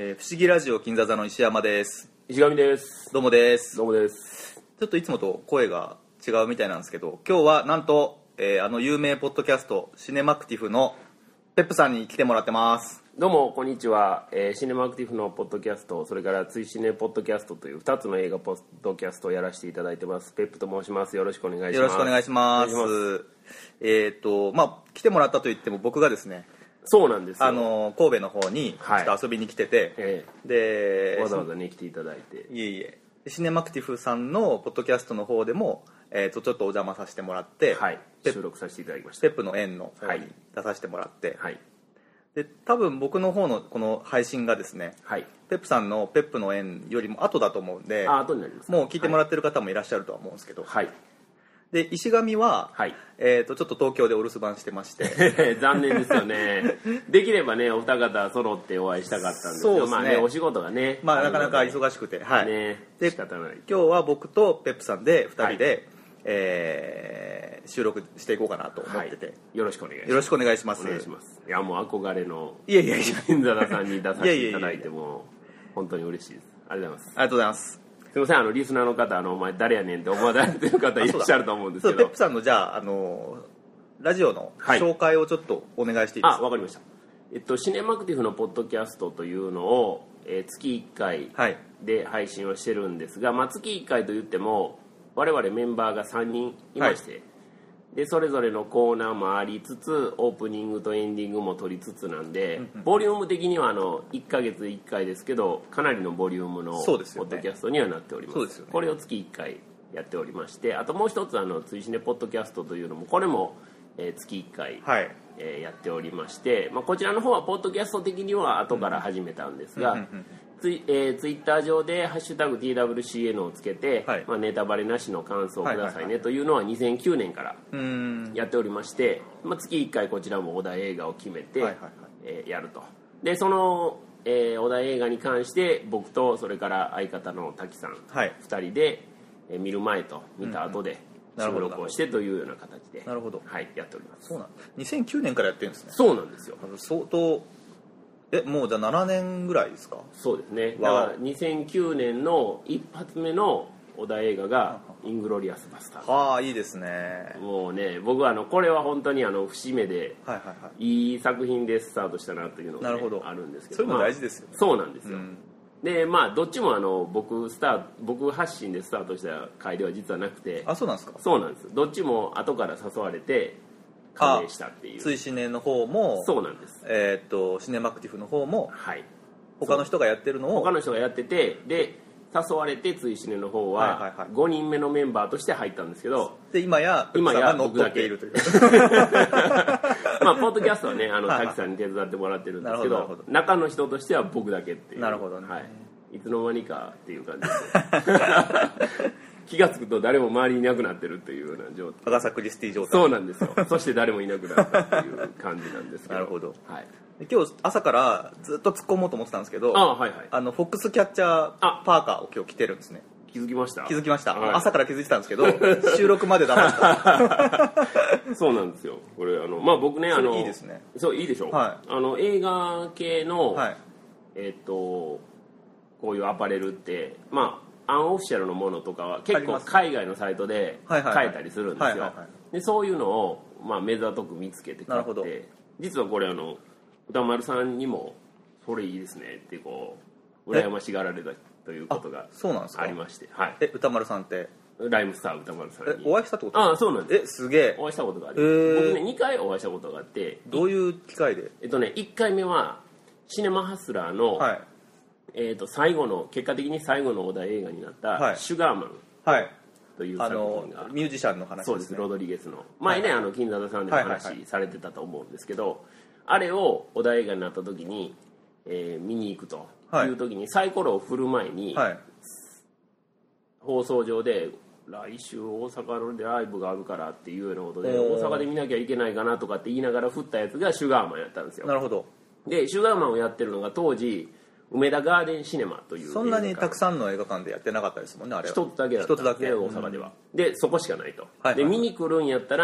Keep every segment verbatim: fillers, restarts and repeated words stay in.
えー、不思議ラジオ金座座の石山です。 石上です。 どうもです。 どうもです。 ちょっといつもと声が違うみたいなんですけど、今日はなんと、えー、あの有名ポッドキャストシネマクティフのペップさんに来てもらってます。 どうもこんにちは、えー、シネマクティフのポッドキャスト、それから追シネポッドキャストというふたつの映画ポッドキャストをやらせていただいてます。ペップと申します。よろしくお願いします。 よろしくお願いします。えっ、ー、とまあ来てもらったといっても僕がですね、 そうなんですよ、 あの神戸の方にちょっと遊びに来てて、はい、ええ、でわざわざね来ていただいて、 いえいえ、シネマクティフさんのポッドキャストの方でも、えー、とちょっとお邪魔させてもらって、 はい、収録させていただきました。 ペップの縁の方に出させてもらって、はい、で多分僕の方のこの配信がですね、はい、ペップさんのペップの縁よりも後だと思うんで、 あ、後になります。 もう聞いてもらってる方もいらっしゃるとは思うんですけど、はい、で石上は、はい、えー、とちょっと東京でお留守番してまして残念ですよね。できればねお二方揃ってお会いしたかったんですけど、そうですね、まあね、お仕事がね、 まあ、なかなか忙しくて、はい、 ね、 で仕方ない。 今日は僕とペップさんでふたりで、はい、えー、収録していこうかなと思ってて、はい、 よろしくお願いします。 よろしくお願いします。 お願いします。いやもう憧れのいやいやいや銀座田さんに出させていただいても本当に嬉しいです。ありがとうございます。 ありがとうございます。 すいません、あのリスナーの方、あのお前誰やねんって思われてる方いらっしゃると思うんですけど、 ペップさんのじゃあ、あのラジオの紹介をちょっとお願いしていいですか。 はい、あ、わかりました。えっとシネマクティフのポッドキャストというのを、えー、月いっかいで配信をしてるんですが、はい、まあ、月いっかいといっても我々メンバーがさんにんいまして、はい、でそれぞれのコーナーもありつつオープニングとエンディングも撮りつつなんで、うんうん、ボリューム的にはあのいっかげついっかいですけどかなりのボリュームのポッドキャストにはなっております。そうですよね。これを月いっかいやっておりまして、あともう一つあの追試ねポッドキャストというのもこれも、えー、月いっかい、はい、えー、やっておりまして、まあ、こちらの方はポッドキャスト的には後から始めたんですが、うんうんうんうん、ツイ、えー、ツイッター上で「ハッシュタグ ティーダブリューシーエヌ」をつけて、はい、まあ、ネタバレなしの感想をくださいねというのはにせんきゅうねんからやっておりまして、まあ、月いっかいこちらもお題映画を決めて、はいはいはい、えー、やると。でその、えー、お題映画に関して僕とそれから相方の滝さん、はい、ふたりで、えー、見る前と見た後で収録をしてというような形で、 なるほど、 はい、やっております。 そうなんにせんきゅうねんからやってるんですね。 そうなんですよ。 相当えもうじゃあななねんぐらいですか。 そうですね。だからにせんきゅうねんの一発目のお題映画がイングロリアスバスターズ。 ああ、いいですね。 もうね、僕はあのこれは本当にあの節目で、はいはいはい、いい作品でスタートしたなというのが、ね、あるんですけど、 そういうの大事ですよね。 まあ、そうなんですよ、うん、でまあどっちもあの僕スター僕発信でスタートした回では実はなくて。 あ、そうなんですか。 そうなんです。どっちも後から誘われて加盟したっていう。 追試ねの方もそうなんです。 えー、っとシネマクティフの方も、はい、他の人がやってるのを他の人がやってて、で誘われて追試ねの方はごにんめのメンバーとして入ったんですけど、 で今や今や乗っ取っているというまあポッドキャストはね、あの滝さんに手伝ってもらってるんですけど、中の人としては僕だけっていう。 なるほどね、 はい、いつの間にかっていう感じで気が付くと誰も周りにいなくなってるっていうような状態。 アガサ・クリスティ状態。 そうなんですよ。そして誰もいなくなったっていう感じなんですけどなるほど、 はい、 今日朝からずっと突っ込もうと思ってたんですけど、 あ、はいはい、 あのフォックスキャッチャーパーカーを今日着てるんですね。 気づきました。 気づきました、はい、朝から気づいてたんですけど収録まで黙ってたそうなんですよ。これあのまあ僕ね、あのいいですね。 そういいでしょ、はい、あの映画系の、はい、えっとこういうアパレルってまあアンオフィシャルのものとかは結構海外のサイトで買えたりするんですよ。でそういうのを、まあ、目ざとく見つけて買って、実はこれあの歌丸さんにもそれいいですねってこう羨ましがられたということがありまして、はい、 え歌丸さんってライムスター歌丸さんにお会いしたってこと？ ああ、そうなんです。 え、すげえ。 お会いしたことがあります。僕ねにかいお会いしたことがあって。 どういう機会で？ えっとねいっかいめはシネマハスラーの、はい、えー、と最後の結果的に最後のお題映画になった「はい、シュガーマン」という作品が、 あのミュージシャンの話ですね。 そうです、ロドリゲスの前ね、はい、あの金澤さんでも話されてたと思うんですけど、はいはいはい、あれをお題映画になった時に、えー、見に行くという時に、はい、サイコロを振る前に、はい、放送上で来週大阪でライブがあるからっていうようなことで大阪で見なきゃいけないかなとかって言いながら振ったやつがシュガーマンやったんですよ。 なるほど。でシュガーマンをやってるのが当時梅田ガーデンシネマという、 そんなにたくさんの映画館でやってなかったですもんね。あれは一つだけだったんですね、大阪では。でそこしかないと、はいはいはい、で見に来るんやったら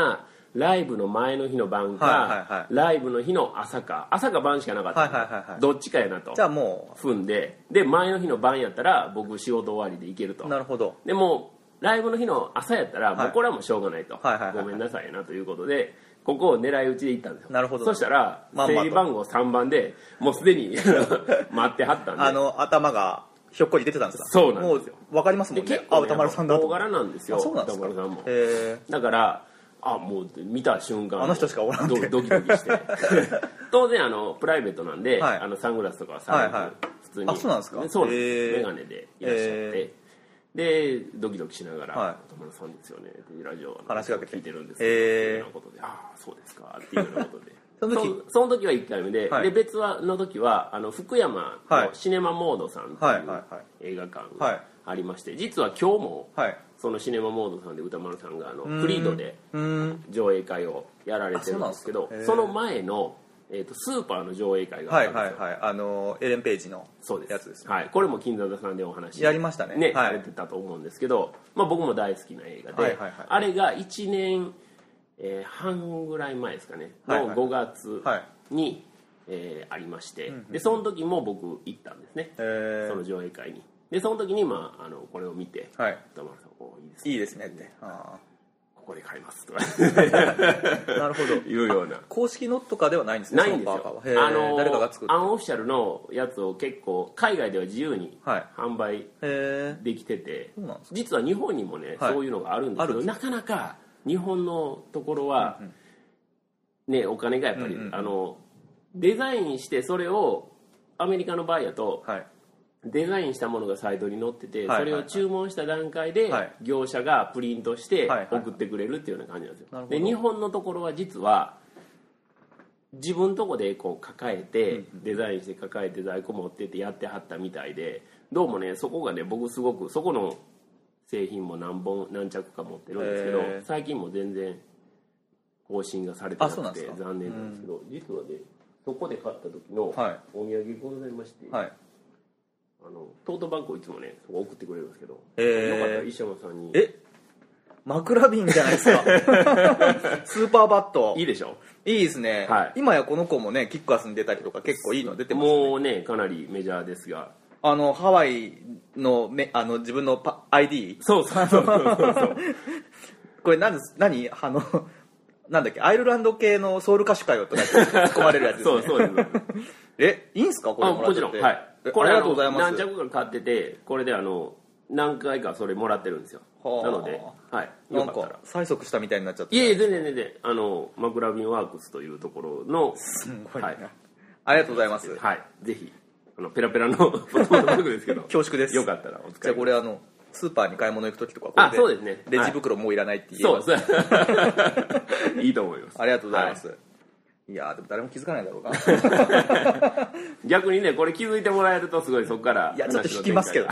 ライブの前の日の晩か、はいはいはい、ライブの日の朝か朝か晩しかなかったんで、はいはいはいはい、どっちかやなとじゃあもう踏んで、で前の日の晩やったら僕仕事終わりで行けると。 なるほど。 でもライブの日の朝やったら、もうこれはもうしょうがないと、はいはいはいはい、ごめんなさいなということでここを狙い撃ちで行ったんですよ。 なるほど。 そしたら整理番号さんばんでもうすでに待ってはったんで、 あの頭がひょっこり出てたんですか。 そうなんですよ。 もう分かりますもんね。 結構ね、 あ、歌丸さんだと。 大柄なんですよ。 あ、そうなんですか。 歌丸さんも。 へー。 だからあもう見た瞬間あの人しかおらんドドキドキして当然あのプライベートなんで、はい、あのサングラスとかはさ、はいはい、普通に。 あ、そうなんですか。 そうなんです。メガネでいらっしゃって、でドキドキしながら、はい、歌丸さんですよねっていうラジオを話しかけて聞いてるんですけど、いうようなことで、ああそうですかっていうようなことでその時 そ, その時はいっかいめで、はい、で別の時はあの福山のシネマモードさんという映画館がありまして、実は今日も、はい、そのシネマモードさんで歌丸さんがあのフリードで上映会をやられてるんですけど、 そ, その前の、えー、とスーパーの上映会があったんですよ。 はいはいはい、あのエレン・ページのやつですね。 はい、これも金沢さんでお話やりましたね、 ね、 はい、 されてたと思うんですけど、まあ、僕も大好きな映画で、はいはいはい、あれがいちねん、えー、半ぐらい前ですかねのごがつに、はいえー、ありまして、うんうん、でその時も僕行ったんですね、その上映会に。でその時に、まあ、あのこれを見て、はい、歌丸さんおいいですねいいですねってあここで買いますとかなるほど。 いうような公式のとかではないんですね。 ないんですよ。あの誰かが作ってアンオフィシャルのやつを結構海外では自由に販売できてて、はい、実は日本にもね、はい、そういうのがあるんですけど、なかなか日本のところは、うんうん、ねお金がやっぱり、うんうんうん、あのデザインしてそれをアメリカの場合やと、はい、デザインしたものがサイトに載ってて、はいはいはい、それを注文した段階で業者がプリントして送ってくれるっていうような感じなんですよ、はいはいはい、で日本のところは実は自分のとこでこう抱えて、デザインして抱えて在庫持ってってやってはったみたいで、どうもねそこがね僕すごくそこの製品も何本何着か持ってるんですけど、最近も全然更新がされてなくて残念なんですけど、実はねそこで買った時のお土産ございまして、はい、あのトートバッグをいつもねそこ送ってくれるんですけど、えー、よかったら石山さんに。 え枕瓶じゃないですかスーパーバットいいでしょ。 いいですね、はい、今やこの子もねキックアスに出たりとか結構いいの出てますね。 もうねかなりメジャーですが、 あのハワイのめあの自分のパ アイディーそうそうそうそうそうこれ何です何あのなんだっけアイルランド系のソウル歌手かよとか突っ込まれるやつですねそうそうですえいいんすかこれもらってて。 あもちろん、はい、これありがとうございます。何着か買っててこれであの何回かそれもらってるんですよ。なので、はい、 なんか催促したみたいになっちゃって。 いえ全然全然あの枕瓶ワークスというところのすごい、はい、ありがとうございます。 はいぜひあのペラペラのポトマトバッグですけど恐縮です。 よかったらお使い。 じゃあこれあのスーパーに買い物行く時とかこれであそうですねレジ袋もういらないって言えば、 はい、そういいと思います。 ありがとうございます、はい、いやでも誰も気づかないだろうな逆にねこれ気づいてもらえるとすごいそこからいやちょっと引きますけどね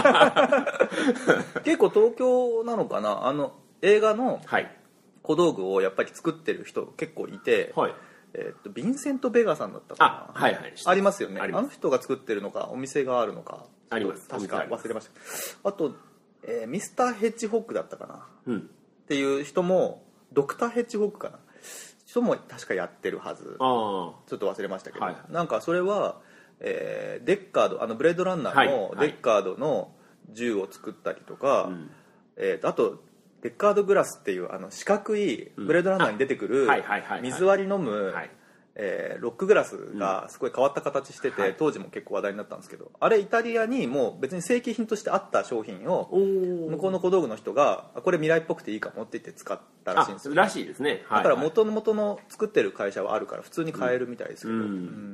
結構東京なのかなあの映画の小道具をやっぱり作ってる人結構いて、はいえー、とヴィンセント・ベガさんだったかなあ,、はいはい、 ありますよね。あの人が作ってるのかお店があるのかあります確か忘れました。あと、えー、ミスター・ヘッジホッグだったかな、うん、っていう人もドクター・ヘッジホッグかな人も確かやってるはず。あちょっと忘れましたけど、はい、なんかそれは、えー、デッカードあのブレードランナーのデッカードの銃を作ったりとか、はいはいえー、とあとデッカードグラスっていうあの四角いブレードランナーに出てくる水割り飲むえー、ロックグラスがすごい変わった形してて、うん、当時も結構話題になったんですけど、あれイタリアにもう別に正規品としてあった商品を向こうの小道具の人がこれ未来っぽくていいかもって言って使ったらしいんですよ。 らしいですね、 はいはい、だから元々の作ってる会社はあるから普通に買えるみたいですけど、うんうん、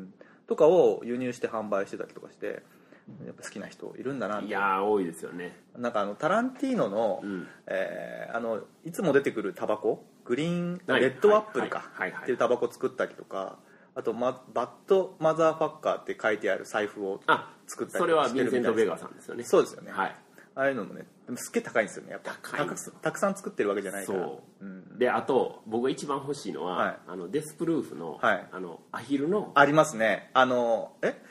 とかを輸入して販売してたりとかしてやっぱ好きな人いるんだなって。 いや多いですよね。 なんかあのタランティーノの、うんえー、あのいつも出てくるタバコグリーンレッドアップルかっていうタバコ作ったりとか、あと、ま、バッドマザーファッカーって書いてある財布を作ったりしてるみたいです。 それはヴィンセント・ベガさんですよね。 そうですよね、はい、ああいうのもねでもすっげえ高いんですよねやっぱ高いんですよ。 たくさん作ってるわけじゃないから。そう、 うん、であと僕が一番欲しいのは、はい、あのデスプルーフの、はい、あのアヒルのありますね。あのえ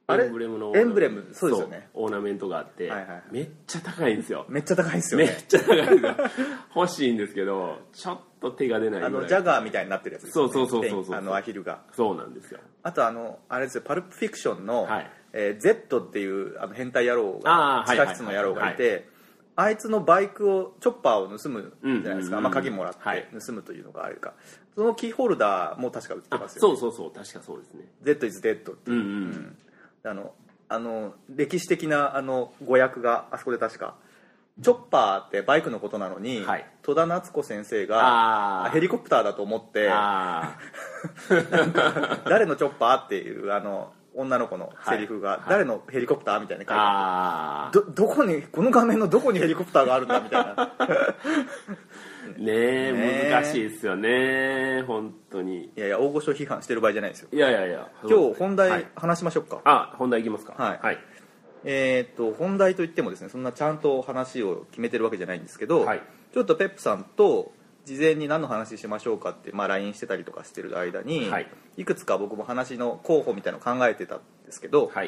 エンブレムのエンブレムそうですよね、 オーナメントがあって、はいはいはい、めっちゃ高いんですよ。 めっちゃ高いんですよね。 めっちゃ高いんですよ欲しいんですけどちょっと手が出ないぐらい。 あのジャガーみたいになってるやつですよね。 そうそうそうそうそう、 あのアヒルが。 そうなんですよ。 あとあのあれですよ、パルプフィクションの、はい、えー、Z っていうあの変態野郎が、地下室の野郎がいて、はいはいはいはい、あいつのバイクをチョッパーを盗むじゃないですか、うんうんうん、まあ、鍵もらって盗むというのがあるか、はい、そのキーホルダーも確か売ってますよね。 そうそうそう、確かそうですね。 Z is dead っていう、うんうんうん、あのあの歴史的なあの語訳があそこで確かチョッパーってバイクのことなのに、はい、戸田夏子先生がヘリコプターだと思ってなんか誰のチョッパーっていうあの女の子のセリフが、はい、誰のヘリコプターみたいに書いてあって、ど, どこにこの画面のどこにヘリコプターがあるんだみたいなねえ、ね、難しいですよね本当に。 いやいや大御所批判してる場合じゃないですよ。 いやいやいや、 今日本題話しましょうか。はい、 あ、本題いきますか。はい、はい、 えー、っと本題といってもですね、そんなちゃんと話を決めてるわけじゃないんですけど、はい、ちょっとペップさんと事前に何の話しましょうかって、まあ、ライン してたりとかしてる間に、はい、いくつか僕も話の候補みたいなのを考えてたんですけど、はい、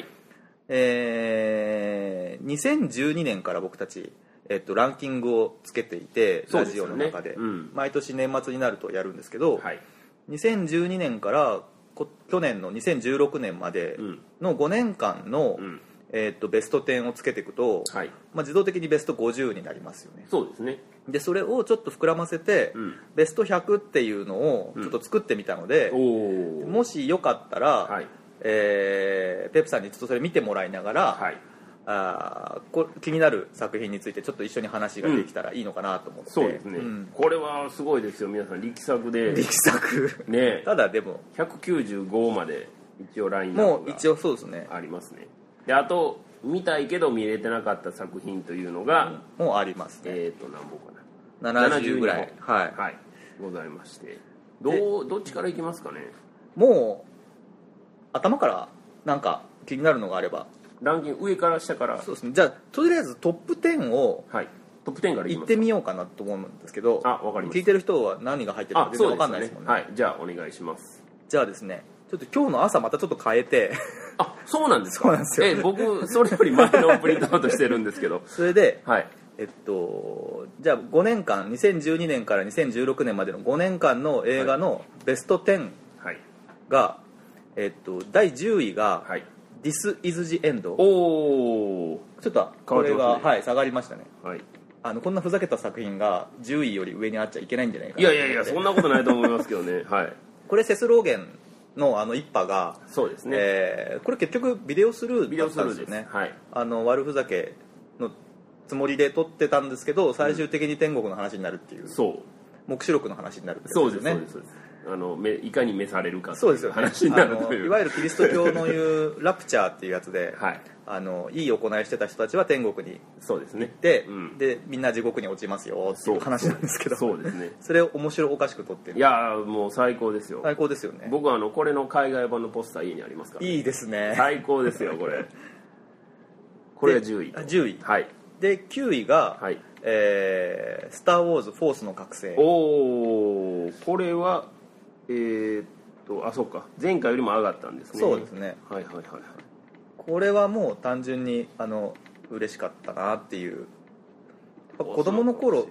えー、にせんじゅうにねんから僕たち、えっと、ランキングをつけていて、ラジオの中で、うん、毎年年末になるとやるんですけど、はい、にせんじゅうにねんから去年のにせんじゅうろくねんまでのごねんかんの、うん、えー、とベストじゅうをつけていくと、はい、まあ、自動的にベストごじゅうになりますよね。 そうですね。 でそれをちょっと膨らませて、うん、ベストひゃくっていうのをちょっと作ってみたので、うん、もしよかったら、はい、えー、ペップさんにちょっとそれ見てもらいながら、はい、あこ気になる作品についてちょっと一緒に話ができたらいいのかなと思って、うん、 そうですね、うん、これはすごいですよ皆さん、力作で力作ね。ただでもひゃくきゅうじゅうごまで一応ラインナップがもう一応そうですねありますね。であと見たいけど見れてなかった作品というのが、 うん、もうありますね。 えっ、ー、と何本かな、 ななじゅうぐらい、はい、 はい、ございまして、どうどっちからいきますかね。 もう頭からなんか気になるのがあればランキング上から下から。 そうですね。じゃあとりあえずトップじゅうを、はい、トップじゅうからいってみようかなと思うんですけど、 あ、わかります。 聞いてる人は何が入ってるか全然わかんないですもんね。 はい、じゃあお願いします。 じゃあですね、ちょっと今日の朝またちょっと変えてあ、そうなんですか。 そうなんですよ。 え、僕それより前のプリントアウトしてるんですけどそれで、はい、えっとじゃあごねんかんにせんじゅうにねんからにせんじゅうろくねんまでのごねんかんの映画のベストじゅうが、はい、えっとだいじゅういが、はい、This is the end。 おー、ちょっとこれが、ね、はい、下がりましたね。はい、あのこんなふざけた作品がじゅういより上にあっちゃいけないんじゃないかな。 いやいやいや、そんなことないと思いますけどねはい、 これセスローゲンのあの一派が、 そうですね、 えー、これ結局ビデオスルーだったんですよね。はい、あの悪ふざけのつもりで撮ってたんですけど、最終的に天国の話になるっていう、うん、そう黙示録の話になるっていう、 そうですね。そうですそうです。あのいかに召されるかっていう話になるという、 いわゆるキリスト教の言うラプチャーっていうやつで、はい、あのいい行いしてた人たちは天国に行って、うん、でみんな地獄に落ちますよっていう話なんですけど、 そうですね。 それを面白おかしく撮ってる。 いやもう最高ですよ。 最高ですよね。 僕はあのこれの海外版のポスター家にありますから、ね、 いいですね。 最高ですよこれこれがじゅうい。 じゅうい、はい、できゅういが、はい、えー、スター・ウォーズ・フォースの覚醒。 おお、これはえー、っとあ、そうか、前回よりも上がったんですね。 そうですね。 はいはいはいはい。 これはもう単純にあの嬉しかったなっていう、やっぱ子供の頃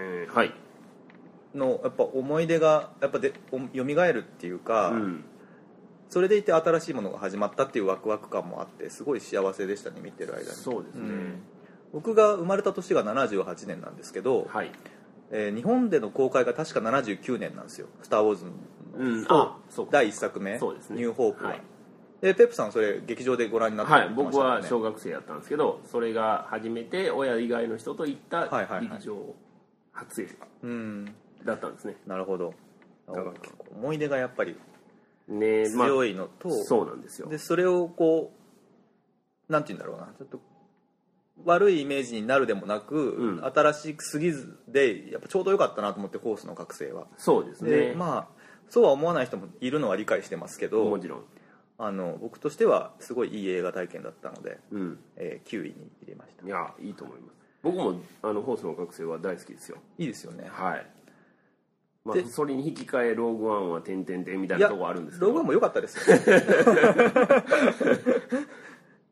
のやっぱ思い出がやっぱで蘇るっていうか、うん、それでいて新しいものが始まったっていうワクワク感もあって、すごい幸せでしたね見てる間に。 そうですね、うん、 僕が生まれた年がななじゅうはちねんなんですけど、はい、えー、日本での公開が確かななじゅうきゅうねんなんですよ、スター・ウォーズの、うん、あだいいっさくめ、そうですね、ニューホープは、はい、でペップさんそれ劇場でご覧になってましたね。はい、僕は小学生やったんですけど、それが初めて親以外の人と行った劇場初映画だったんですね。 なるほど。思い出がやっぱり強いのと、 ね、まあ、そうなんですよ。 でそれをこうなんて言うんだろうな、ちょっと悪いイメージになるでもなく、うん、新しすぎずでやっぱちょうど良かったなと思って、フォースの覚醒は。 そうですね。 でまあそうは思わない人もいるのは理解してますけど、 もちろんあの僕としてはすごいいい映画体験だったので、うん、えー、きゅういに入れました。 いやいいと思います。僕もあのフォースの覚醒は大好きですよ。 いいですよね。 はい。まあ、それに引き換えローグワンは点々点みたいなとこあるんですけど、 ローグワンも良かったですよ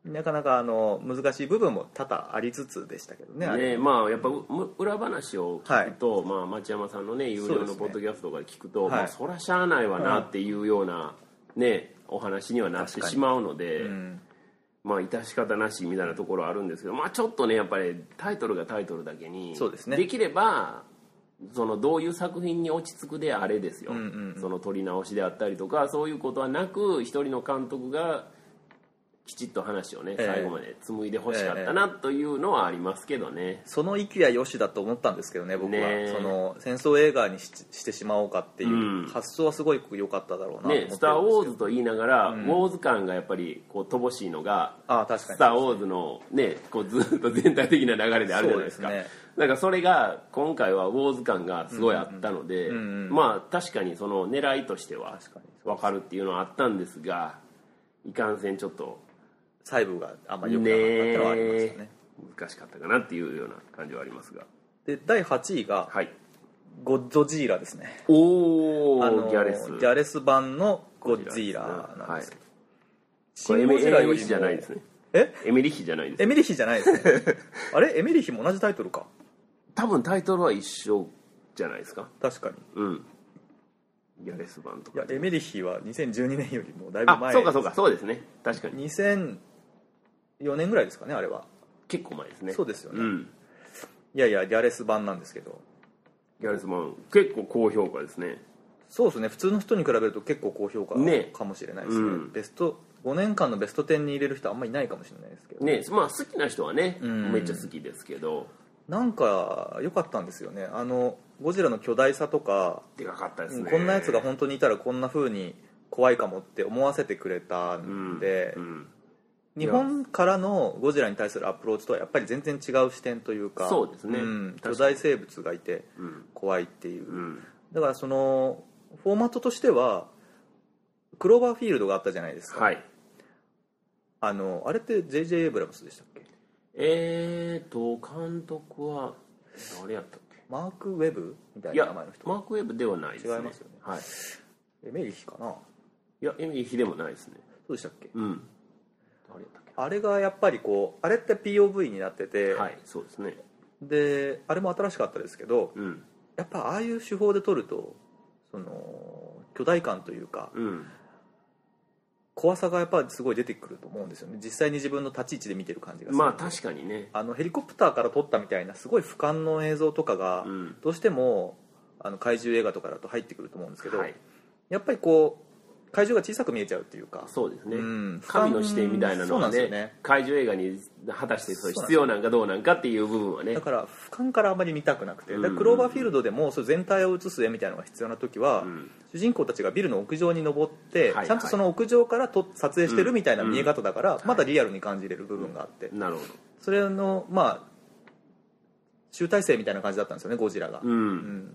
なかなかあの難しい部分も多々ありつつでしたけどね。 ね、まあやっぱ裏話を聞くと、はい、まあ、町山さんのね有料のポッドキャストとか聞くと、ね、まあ、そりゃしゃあないわなっていうような、ね、お話にはなってしまうので、うん、まあ致し方なしみたいなところはあるんですけど、まあ、ちょっとねやっぱりタイトルがタイトルだけに、そうですね、できればそのどういう作品に落ち着くであれですよ、うんうんうん、その撮り直しであったりとかそういうことはなく一人の監督がきちっと話をね、えー、最後まで紡いでほしかったなというのはありますけどね、えー、 その域はよしだと思ったんですけどね僕はね。その戦争映画に し, してしまおうかっていう発想はすごい良かっただろうなと思ってるんですよ、 ね、スター・ウォーズと言いながら、うん、ウォーズ感がやっぱりこう乏しいのがあ確かにスター・ウォーズの、ね、こうずっと全体的な流れであるじゃないですか。そうですね。だからそれが今回はウォーズ感がすごいあったので、うんうんうんうん、まあ確かにその狙いとしては分かるっていうのはあったんですが、いかんせんちょっと細部があんまり良くなかったっていうのはありましたね。 難しかったかなっていうような感じはありますが。 でだいはちいが、はい、ゴッドジーラですね。 おお、ギャレスギャレス版のゴッジーラなんですけど、はい、 シン・ゴジラよりもエメリヒじゃないですね。 えエメリヒじゃないです、 エメリヒじゃないですねあれエメリヒも同じタイトルか。 多分タイトルは一緒じゃないですか。 確かに。 うんギャレス版とか。 いやエメリヒはにせんじゅうにねんよりもだいぶ前。 あそうかそうかそうですね。確かににせんよねんぐらいですかねあれは。 結構前ですね。 そうですよね、 うん、 いやいやギャレス版なんですけど。 ギャレス版結構高評価ですね。 そうですね。普通の人に比べると結構高評価かもしれないですね、うん、ベストごねんかんのベストじゅうに入れる人はあんまりいないかもしれないですけどね。まあ好きな人はね、うん、めっちゃ好きですけど、 なんか良かったんですよね。あのゴジラの巨大さとか、 でかかったですね。 こんなやつが本当にいたらこんな風に怖いかもって思わせてくれたんで、うんうん日本からのゴジラに対するアプローチとはやっぱり全然違う視点というか、 そうですね、 うん、巨大生物がいて怖いっていう、うん、だからそのフォーマットとしてはクローバーフィールドがあったじゃないですか、はい、あのあれって ジェイジェイ エイブラムスでしたっけ。 えーと監督は誰やったっけ。 マーク・ウェブみたいな名前の人。 マーク・ウェブではないですね。 違いますよね、はい、エメリヒかな。 いやエメリヒでもないですね。 そうでしたっけ。 うんあれがやっぱりこうあれって ピーオーブイ になってて、 はいそうですね。 であれも新しかったですけど、 うん、 やっぱああいう手法で撮るとその巨大感というか、 うん、 怖さがやっぱりすごい出てくると思うんですよね。実際に自分の立ち位置で見てる感じがする。 まあ確かにね。 あのヘリコプターから撮ったみたいなすごい俯瞰の映像とかが、うん、どうしてもあの怪獣映画とかだと入ってくると思うんですけど、はい、やっぱりこう怪獣が小さく見えちゃうっていうか。 そうですね、うん、神の視点みたいなのは ね, ね怪獣映画に果たしてそう必要なんかどうなんかっていう部分はね。 だから俯瞰からあまり見たくなくて、うんうん、クローバーフィールドでもそ全体を映す絵みたいなのが必要な時は、うん、主人公たちがビルの屋上に登って、はいはい、ちゃんとその屋上からと撮影してるみたいな見え方だから、うんうん、まだリアルに感じれる部分があって、 うん、なるほど。 それのまあ集大成みたいな感じだったんですよねゴジラが、 うんうん、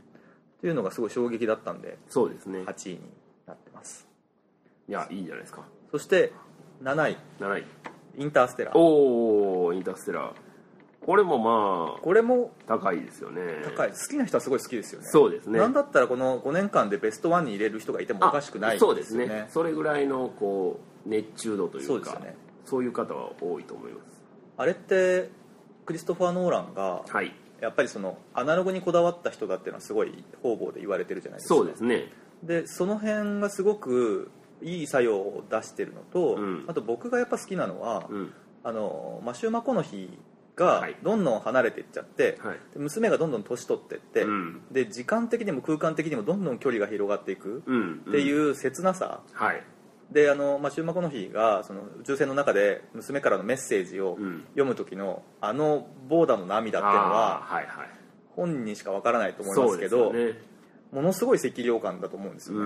っていうのがすごい衝撃だったんで、 そうですね、 はちいになってます。 いやいいじゃないですか。 そしてなないなないインターステラー。 おおインターステラー、これもまあこれも高いですよね。 高い。好きな人はすごい好きですよね。 そうですね。 なんだったらこのごねんかんでベストワンに入れる人がいてもおかしくないですよね。 そうですね。それぐらいのこう熱中度というか、 そうですよね、 そういう方は多いと思います。 あれってクリストファー・ノーランが、はい、やっぱりそのアナログにこだわった人だっていうのはすごい方々で言われてるじゃないですか。 そうですね。 でその辺がすごくいい作用を出してるのと、うん、あと僕がやっぱ好きなのは、うん、あのマシュー・マコノヒがどんどん離れていっちゃって、はい、娘がどんどん年取っていって、うん、で時間的にも空間的にもどんどん距離が広がっていくっていう切なさ、うんうんはい、であのマシュー・マコノヒがその宇宙船の中で娘からのメッセージを読む時の、うん、あのボーダの涙っていうのは、はいはい、本人にしかわからないと思いますけど、ね、ものすごい赤涼感だと思うんですよね、うん、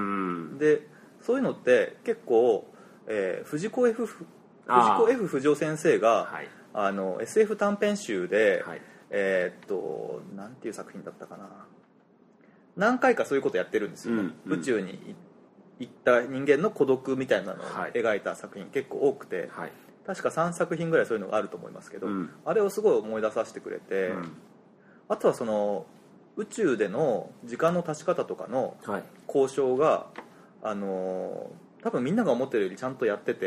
でそういうのって結構、えー、藤子 F 藤子 F 不二雄先生が、はい、あの エスエフ 短編集で、はい、えー、っとなんていう作品だったかな、何回かそういうことやってるんですよね、うんうん、宇宙に行った人間の孤独みたいなのを描いた作品、はい、結構多くて、はい、確かさんさく品ぐらいそういうのがあると思いますけど、うん、あれをすごい思い出させてくれて、うん、あとはその宇宙での時間の経ち方とかの交渉が、はい、あの多分みんなが思ってるよりちゃんとやってて、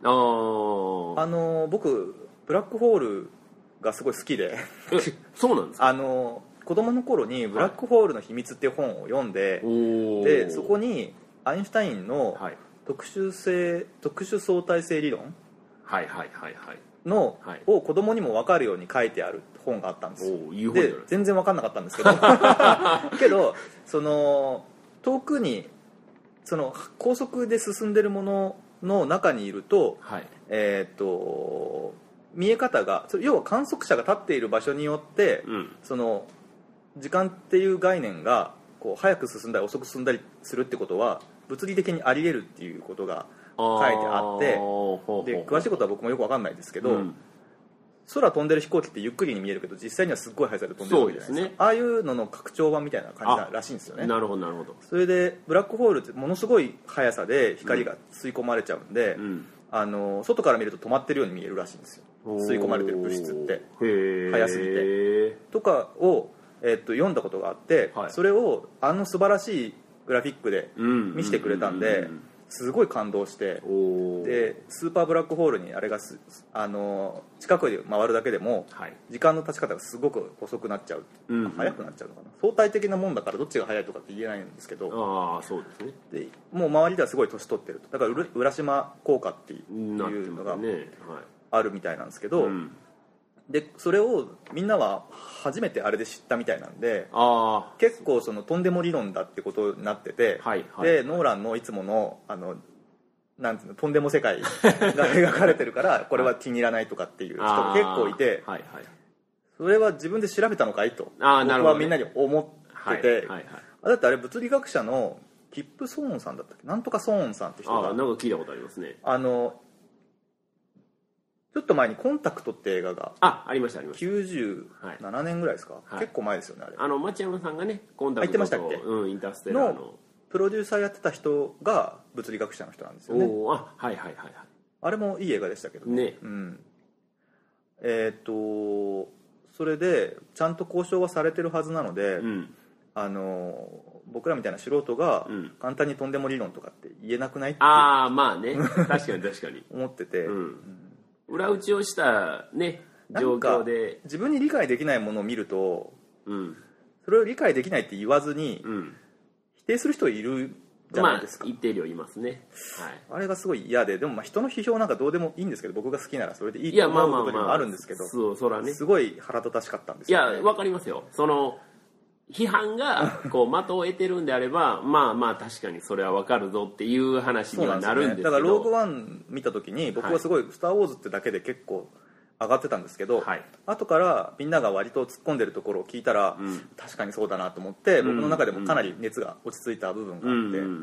ああの僕ブラックホールがすごい好きでそうなんですか。 あの子供の頃に「ブラックホールの秘密」っていう本を読んで、はい、でそこにアインシュタインの特殊性、特殊相対性理論のを子供にも分かるように書いてある本があったんですよ。で全然分かんなかったんですけどけどその遠くにその高速で進んでるものの中にいると、はい、えー、っと見え方が要は観測者が立っている場所によって、うん、その時間っていう概念がこう早く進んだり遅く進んだりするってことは物理的にあり得るっていうことが書いてあってで詳しいことは僕もよく分かんないですけど、うん、空飛んでる飛行機ってゆっくりに見えるけど実際にはすっごい速さで飛んでるわけじゃないですか。そうですね、ああいうのの拡張版みたいな感じらしいんですよね。 なるほどなるほど。 それでブラックホールってものすごい速さで光が吸い込まれちゃうんで、うん、あの外から見ると止まってるように見えるらしいんですよ。吸い込まれてる物質って速すぎてとかを、えー、っと読んだことがあって、はい、それをあの素晴らしいグラフィックで見せてくれたんですごい感動して、でスーパーブラックホールにあれがすあの近くで回るだけでも、はい、時間の経ち方がすごく遅くなっちゃう、うんうん、速くなっちゃうのかな。相対的なもんだからどっちが速いとかって言えないんですけど、 ああそうですね。 でもう周りではすごい年取ってると、だから浦島効果っていうのがあるみたいなんですけど、うん、でそれをみんなは初めてあれで知ったみたいなんで、あ結構そのとんでも理論だってことになってて、はいはい、でノーランのいつものあのなんていうのとんでも世界が描かれてるからこれは気に入らないとかっていう人が結構いて、はいはい、それは自分で調べたのかいと僕はみんなに思ってて、はいはいはい、あだってあれ物理学者のキップ・ソーンさんだったっけ、なんとかソーンさんって人があなんか聞いたことありますね。 あのちょっと前にコンタクトって映画があありましたありました。 きゅうじゅうななねんぐらいですか、はい、結構前ですよねあれ。 あの町山さんがねコンタクトと、 言ってましたっけ、 うん、インターステラー の, のプロデューサーやってた人が物理学者の人なんですよね。 おあはいはいはいはい。 あれもいい映画でしたけど ね, ね、うん、えっ、ー、とそれでちゃんと交渉はされてるはずなので、うん、あの僕らみたいな素人が簡単にとんでも理論とかって言えなくないって、うん、 ああまあね確かに確かに思ってて、うん、 裏打ちをしたね状況で自分に理解できないものを見ると、うん、それを理解できないって言わずに、うん、否定する人いるじゃないですか。 まあ、一定量いますね、 はい、あれがすごい嫌で、でもまあ人の批評なんかどうでもいいんですけど僕が好きならそれでいいと思うことにもあるんですけど、 そうそらねすごい腹立たしかったんですよ、ね、 いやわかりますよ。その批判がこう的を得てるんであればまあまあ確かにそれは分かるぞっていう話にはなるんですけど、 だからローグワン見た時に僕はすごい「スター・ウォーズ」ってだけで結構上がってたんですけど、はい、後からみんなが割と突っ込んでるところを聞いたら、うん、確かにそうだなと思って僕の中でもかなり熱が落ち着いた部分があって、うんうんうん、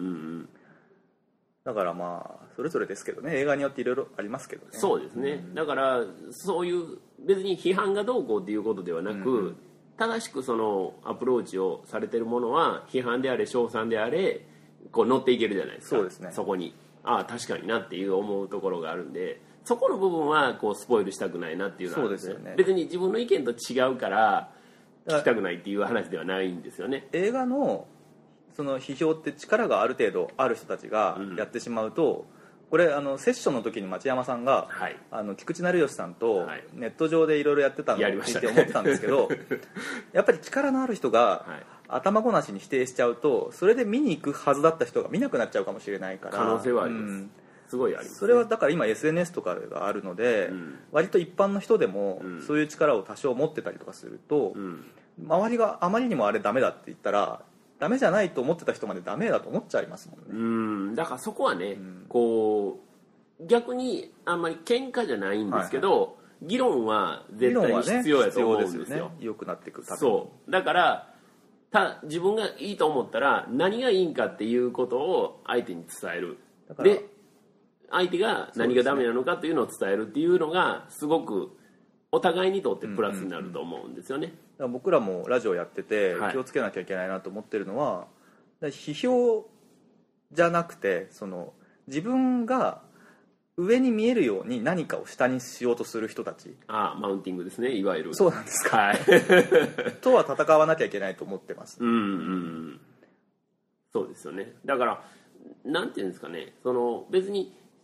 だからまあそれぞれですけどね、映画によっていろいろありますけどね。 そうですね、うん、だからそういう別に批判がどうこうっていうことではなく、うんうん、正しくそのアプローチをされてるものは批判であれ称賛であれこう乗っていけるじゃないですか。 そうですね、 そこにああ確かになっていう思うところがあるんで、そこの部分はこうスポイルしたくないなっていうのは、ね、そうですよね。別に自分の意見と違うから聞きたくないっていう話ではないんですよね。 映画のその批評って力がある程度ある人たちがやってしまうと、うん、これあのセッションの時に町山さんが、はい、あの菊池成吉さんとネット上でいろいろやってたのを聞いて思ってたんですけど、ね、やっぱり力のある人が、はい、頭ごなしに否定しちゃうとそれで見に行くはずだった人が見なくなっちゃうかもしれないから、 可能性はあります、うん、すごいあります、ね、 それはだから今 エスエヌエス とかがあるので、うん、割と一般の人でもそういう力を多少持ってたりとかすると、うん、周りがあまりにもあれダメだって言ったらダメじゃないと思ってた人までダメだと思っちゃいますもんね。 うんだからそこはね、うん、こう逆にあんまり喧嘩じゃないんですけど、はいはい、議論は絶対に必要やと思うんですよ。 ですよね、良くなっていくために。 そうだからた自分がいいと思ったら何がいいんかっていうことを相手に伝える。で相手が何がダメなのかというのを伝えるっていうのがすごくお互いにとってプラスになると思うんですよね。 だから僕らもラジオやってて気をつけなきゃいけないなと思ってるのは、はい、批評じゃなくてその自分が上に見えるように何かを下にしようとする人たち。 ああマウンティングですね、いわゆる。 そうなんですか、 はい、 とは戦わなきゃいけないと思ってます。 うんうんそうですよね。だからなんていうんですかね、その別に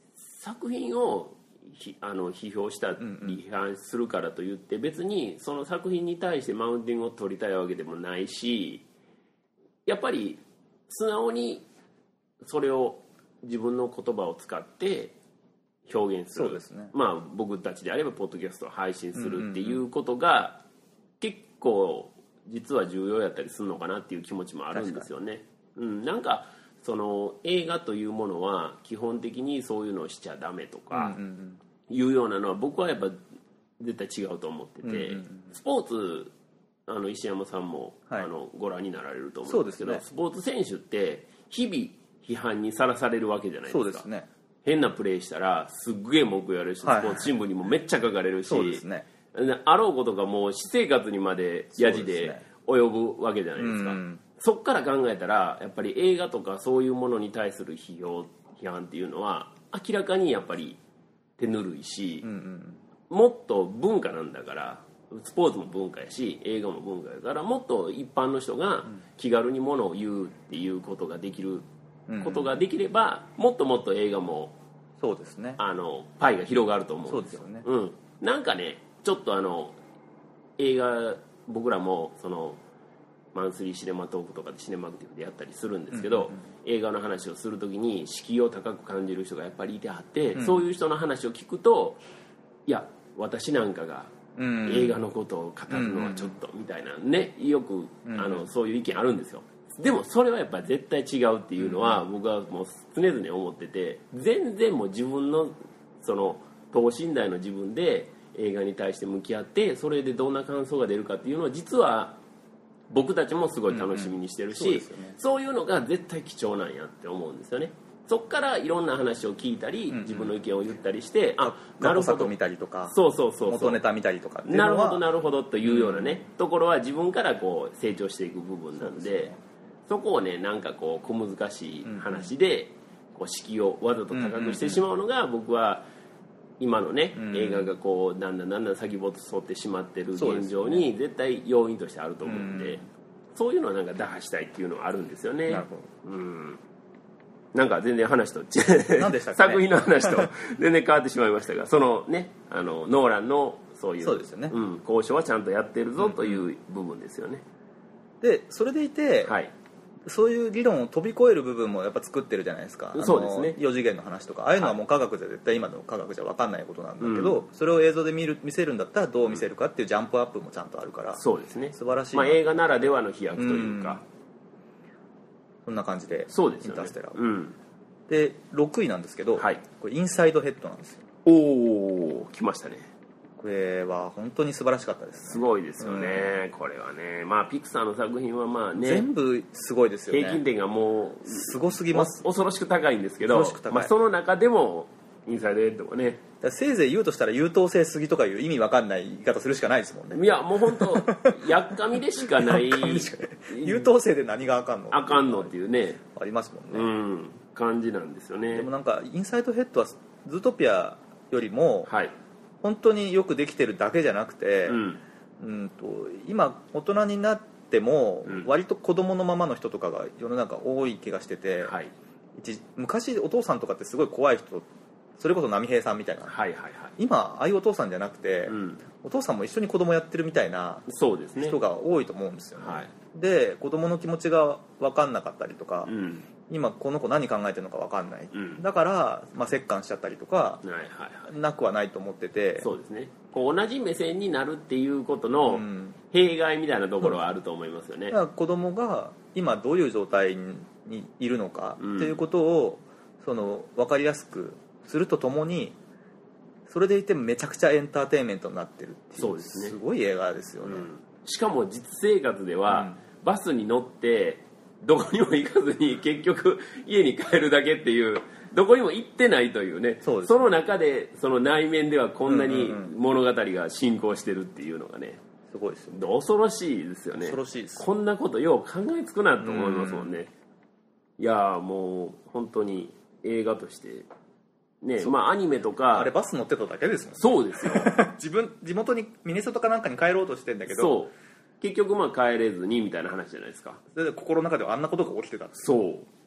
作品をあの批評したり批判するからといって別にその作品に対してマウンティングを取りたいわけでもないし、やっぱり素直にそれを自分の言葉を使って表現する。 そうですね。 まあ僕たちであればポッドキャストを配信するっていうことが結構実は重要やったりするのかなっていう気持ちもあるんですよね。うん、なんかその映画というものは基本的にそういうのをしちゃダメとかいうようなのは僕はやっぱ絶対違うと思ってて、うんうんうん、スポーツあの石山さんも、はい、あのご覧になられると思うんですけど、そうですね、スポーツ選手って日々批判にさらされるわけじゃないですか。そうですね。変なプレーしたらすっげえ文句言われるし、はいはい、スポーツ新聞にもめっちゃ書かれるし、そうですね、あろうことがもう私生活にまでやじで及ぶわけじゃないですか。そっから考えたらやっぱり映画とかそういうものに対する批評批判っていうのは明らかにやっぱり手ぬるいし、うんうん、もっと文化なんだから、スポーツも文化やし映画も文化やから、もっと一般の人が気軽にものを言うっていうことができることができれば、うんうん、もっともっと映画もそうですね、 あのパイが広がると思うんですよ。そうですよね、うん、なんかねちょっとあの映画僕らもそのマンスリーシネマトークとかでシネマクティブでやったりするんですけど、うんうんうん、映画の話をするときに敷居を高く感じる人がやっぱりいてはって、うん、そういう人の話を聞くと、いや私なんかが映画のことを語るのはちょっとみたいなね、よくあのそういう意見あるんですよ。でもそれはやっぱり絶対違うっていうのは僕はもう常々思ってて、全然もう自分のその等身大の自分で映画に対して向き合って、それでどんな感想が出るかっていうのは実は僕たちもすごい楽しみにしてるし、うんうん そうですよね、そういうのが絶対貴重なんやって思うんですよね。そっからいろんな話を聞いたり、うんうん、自分の意見を言ったりして、あ、なるほど見たりとか、そうそうそうそう、元ネタ見たりとかっていうのはなるほどなるほどというようなね、うん、ところは自分からこう成長していく部分なんで、 そ, で、ね、そこをねなんかこう小難しい話で、こう敷居をわざと高くしてしまうのが僕は今のね、うん、映画がこうだんだんだんだん先細ってしまってる現状に絶対要因としてあると思うんで、うん、そういうのはなんか打破したいっていうのはあるんですよね。なるほど、うん、なんか全然話と何でしたっけ、ね、作品の話と全然変わってしまいましたが、そのねあのノーランのそういう、そうですよね、うん、交渉はちゃんとやってるぞという部分ですよね。 でそれでいて、はい、そういう理論を飛び越える部分もやっぱ作ってるじゃないですか。そうですね、よ次元の話とかああいうのはもう科学じゃ絶対今の科学じゃ分かんないことなんだけど、うん、それを映像で見る見せるんだったらどう見せるかっていうジャンプアップもちゃんとあるから、そうですね、素晴らしい、まあ、映画ならではの飛躍というか、うん、そんな感じでそうですよ、ね、インターステラー、うん、でろくいなんですけど、はい、これインサイドヘッドなんですよ。おお来ましたね。これは本当に素晴らしかったです、ね、すごいですよね、うん、これはね、まあピクサーの作品はまあね全部すごいですよね。平均点がもうすごすぎます。恐ろしく高いんですけど、まあ、その中でもインサイドヘッドがね、せいぜい言うとしたら優等生すぎとかいう意味わかんない言い方するしかないですもんね。いやもう本当やっかみでしかない優等生で何があかんのあかんのっていうねありますもんね、うん、感じなんですよね。でもなんかインサイドヘッドはズートピアよりも、はい、本当によくできてるだけじゃなくて、うんうんと今大人になっても割と子供のままの人とかが世の中多い気がしてて、はい、昔お父さんとかってすごい怖い人、それこそ波平さんみたいな、はいはいはい、今ああいうお父さんじゃなくて、うん、お父さんも一緒に子供やってるみたいな人が多いと思うんですよね。はい、で子供の気持ちが分かんなかったりとか、うん、今この子何考えてるのか分かんない、うん、だから、まあ、折檻しちゃったりとか、はいはいはい、なくはないと思ってて、そうですね、こう同じ目線になるっていうことの弊害みたいなところはあると思いますよね。だから子供が今どういう状態にいるのかっていうことを、うん、その分かりやすくするとともに、それでいてめちゃくちゃエンターテインメントになってるっていう、そうですね、すごい映画ですよね、うん、しかも実生活では、うん、バスに乗ってどこにも行かずに結局家に帰るだけっていう、どこにも行ってないというね、 そうですね、その中でその内面ではこんなに物語が進行してるっていうのがね、すごいですよね、恐ろしいですよね。恐ろしいです。こんなことよう考えつくなと思いますもんね、うん、いやもう本当に映画としてね、まあアニメとかあれバス乗ってただけですもんね。そうですよ自分地元にミネソタかなんかに帰ろうとしてんだけど、そう結局まあ帰れずにみたいな話じゃないですか。で心の中ではあんなことが起きてたっていう。そう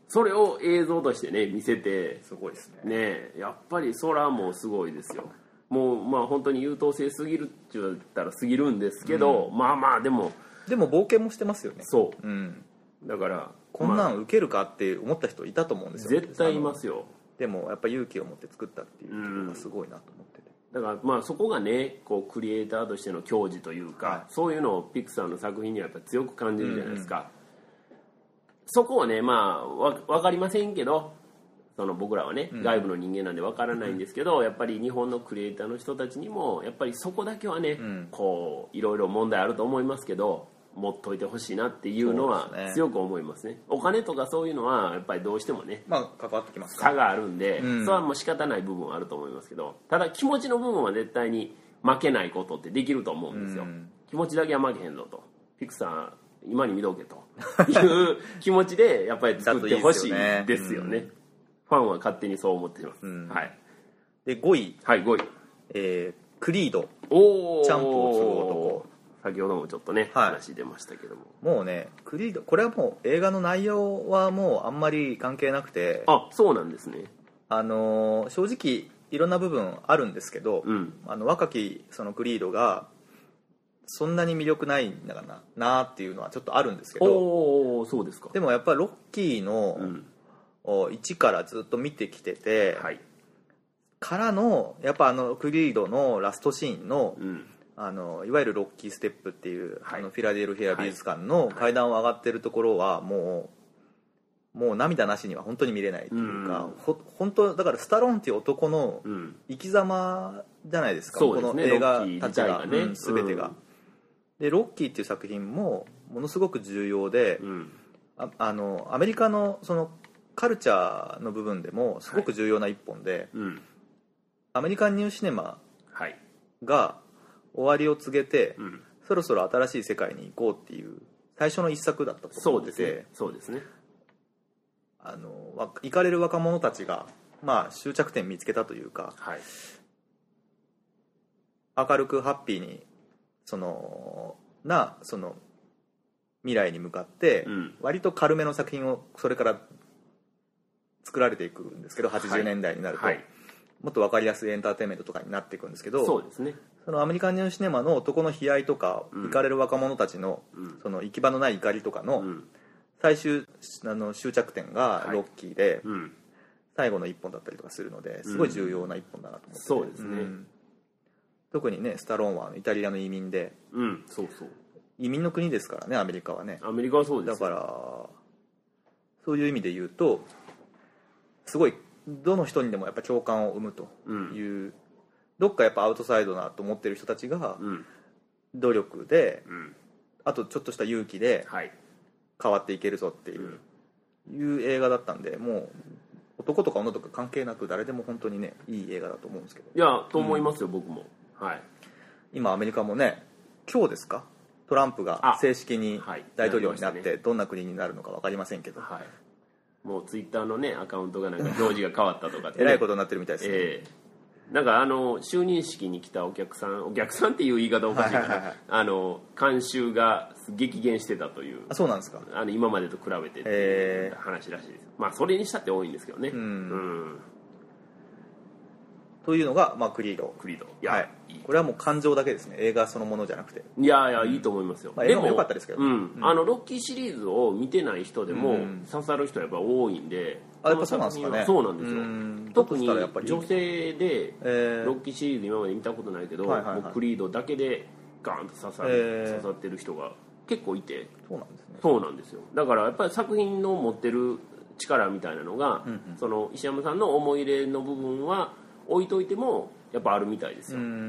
それを映像としてね見せて、 すごいですね。 ね、やっぱりそらもうすごいですよ。もうまあ本当に優等生すぎるって言ったらすぎるんですけど、うん、まあまあでもでも冒険もしてますよね。 そう、 うん、 だからこんなん受けるかって思った人いたと思うんですよ。 絶対いますよ。 でもやっぱ勇気を持って作ったっていうのがすごいなと思ってて、 だからまあそこがねこうクリエイターとしての矜持というか、はい、そういうのをピクサーの作品にはやっぱ強く感じるじゃないですか、うんうん、そこをねまあわ分かりませんけど、その僕らはね、うん、外部の人間なんで分からないんですけど、やっぱり日本のクリエイターの人たちにもやっぱりそこだけはね、うん、こういろいろ問題あると思いますけど持っといてほしいなっていうのは強く思いますね。お金とかそういうのはやっぱりどうしてもね、 まあ、関わってきます差があるんで、うん、それはもう仕方ない部分はあると思いますけど、ただ気持ちの部分は絶対に負けないことってできると思うんですよ、うん、気持ちだけは負けへんぞと、ピクサー今に見とけという気持ちでやっぱり作ってほしいですよね、うん、ファンは勝手にそう思っています、うん、はい、 でごい、 はい、ごい、 えー、クリード、 おチャンプを継ぐ男、 先ほどもちょっとね、はい、話出ましたけども、 もうねクリード、これはもう映画の内容はもうあんまり関係なくて、 あ、そうなんですね。 あのー、正直いろんな部分あるんですけど、うん、あの若きそのクリードがそんなに魅力ないんだかななっていうのはちょっとあるんですけど、 おー、そうですか。 でもやっぱりロッキーの、うん、いちからずっと見てきてて、はい、からのやっぱあのクリードのラストシーンの、うん、あのいわゆるロッキーステップっていう、はい、あのフィラデルフィア美術館の階段を上がってるところはもう、もう涙なしには本当に見れないというか、うん、ほ本当だからスタローンっていう男の生き様じゃないですか、うん、この映画たちが、ね、うん、全てが、うん、でロッキーっていう作品もものすごく重要で、うん、ああのアメリカのそのカルチャーの部分でもすごく重要な一本で、はいうん、アメリカンニューシネマが終わりを告げて、うん、そろそろ新しい世界に行こうっていう最初の一作だったと思ってて、 そうですね、 あの行かれる若者たちが、まあ、終着点見つけたというか、はい、明るくハッピーにそのなその未来に向かって、うん、割と軽めの作品をそれから作られていくんですけど、はちじゅうねんだいになると、はいはい、もっと分かりやすいエンターテインメントとかになっていくんですけど、 そうですね、 そのアメリカンニューシネマの男の悲哀とか、うん、行かれる若者たちの、うん、その行き場のない怒りとかの、うん、最終あの終着点がロッキーで、はいうん、最後の一本だったりとかするのですごい重要な一本だなと思って、 そうですね、うん、 特にねスタローンはイタリアの移民で、 うん、そうそう、 移民の国ですからね、アメリカはね。 アメリカはそうです。 だからそういう意味で言うとすごいどの人にでもやっぱ共感を生むという、うん、どっかやっぱアウトサイドなと思ってる人たちが努力で、うん、あとちょっとした勇気で変わっていけるぞっていう、うん、いう映画だったんで、もう男とか女とか関係なく誰でも本当にねいい映画だと思うんですけど。 いやと思いますよ、うん、僕も、はい、今アメリカもね今日ですか、トランプが正式に大統領になってどんな国になるのか分かりませんけど、はい、 もうツイッターのねアカウントがなんか表示が変わったとかって、ね、 えらいことになってるみたいですね、えー、なんかあの就任式に来たお客さんお客さんっていう言い方おかしいから、はいはいはい、あの観衆が激減してたという、 あ、そうなんですか、 あの今までと比べてっていう話らしいです。まあそれにしたって多いんですけどね、うん、うん、 というのが、まあ、クリード。 クリード。 いや、はい、いいこれはもう感情だけですね。映画そのものじゃなくて。 いやいや、いいと思いますよ。 まあ、映画も良かったですけど、 うん、うん、あのロッキーシリーズを見てない人でも刺さる人はやっぱ多いんで、 あ、やっぱそうなんですかね。 そうなんですよ。特に女性でロッキーシリーズ今まで見たことないけど、はいはいはい、もうクリードだけでガーンと刺さる、えー、刺さってる人が結構いて、 そうなんですね。 そうなんですよ。だからやっぱり作品の持ってる力みたいなのが、うんうん、その石山さんの思い入れの部分は置いといてもやっぱあるみたいですよ。うん、うん、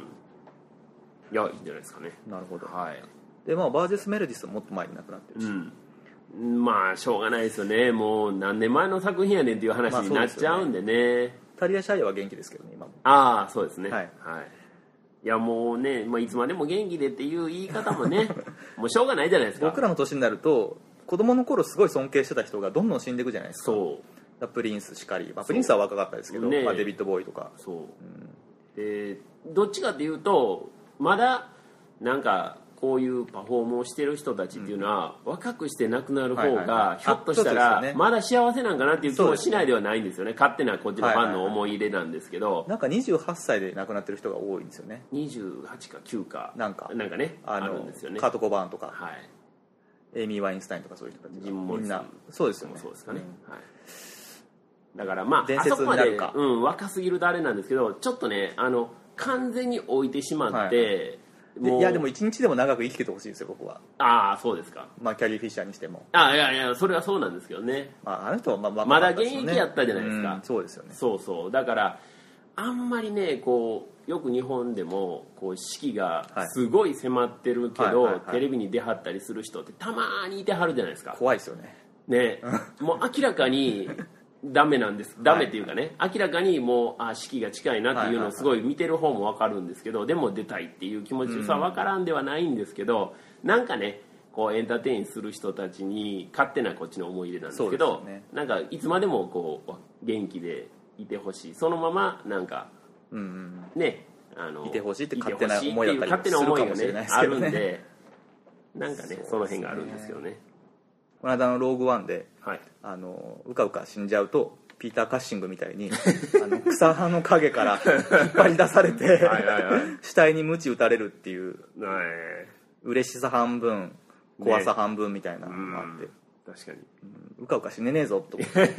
いや、いいんじゃないですかね。 なるほど。 はい。 で、まあバージェス・メルディスももっと前に亡くなってるし、 うん、まあしょうがないですよね。もう何年前の作品やねんっていう話になっちゃうんでね。まあ、でね、 タリア・シャイアは元気ですけどね、今も。 ああ、そうですね。はい、はい、いやもうね、まあ、いつまでも元気でっていう言い方もねもうしょうがないじゃないですか。 僕らの年になると子供の頃すごい尊敬してた人がどんどん死んでいくじゃないですか。そうプリンスしかり、まあ、プリンスは若かったですけど、ね、まあ、デビッド・ボーイとか。そう、うん、 でどっちかっていうとまだなんかこういうパフォームをしてる人たちっていうのは、うん、若くして亡くなる方がひょっとしたらまだ幸せなんかなっていう気もしないではないんですよね。勝手なこっちのファンの思い入れなんですけど、はいはいはい、 なんかにじゅうはっさいで亡くなってる人が多いんですよね。 にじゅうはちかきゅうかなんかなんかねあのあるんですよね。カート・コバーンとか、はい、エイミー・ワインスタインとかそういう人たちがみんなそうですよね。 そうですかね、うんはい、だからまああそこまで、うん、若すぎるとあれなんですけど、ちょっとねあの完全に置いてしまって、はいでいやでも一日でも長く生きててほしいですよ僕は。 ああそうですか。 まあキャリー・フィッシャーにしても。 ああいやいやそれはそうなんですけどね。 まああの人はまあまあまだ現役やったじゃないですか。 うん、そうですよね。 そうそうだからあんまりねこうよく日本でもこう四季がすごい迫ってるけど、はいはいはいはい、テレビに出はったりする人ってたまにいてはるじゃないですか。 怖いですよね。 ねもう明らかにダメなんですダメっていうかね、はい、明らかにもうあ四季が近いなっていうのをすごい見てる方も分かるんですけど、はいはいはい、でも出たいっていう気持ちさ分からんではないんですけど、うん、なんかねこうエンターテインする人たちに勝手なこっちの思い入れなんですけど、ね、なんかいつまでもこう元気でいてほしい、そのままなんか、うんうん、ねあのいてほしいって勝手な思いだったりするかもしれないですけどね。 あるんでなんかね そ, その辺があるんですよね。 この間のローグワンで、はい、あのうかうか死んじゃうとピーター・カッシングみたいにあの草葉の陰から引っ張り出されてはいはい、はい、死体に鞭打たれるっていう、はい、嬉しさ半分怖さ半分みたいなのがあって、ね、 確かに、 うん、うかうか死ねねえぞと思って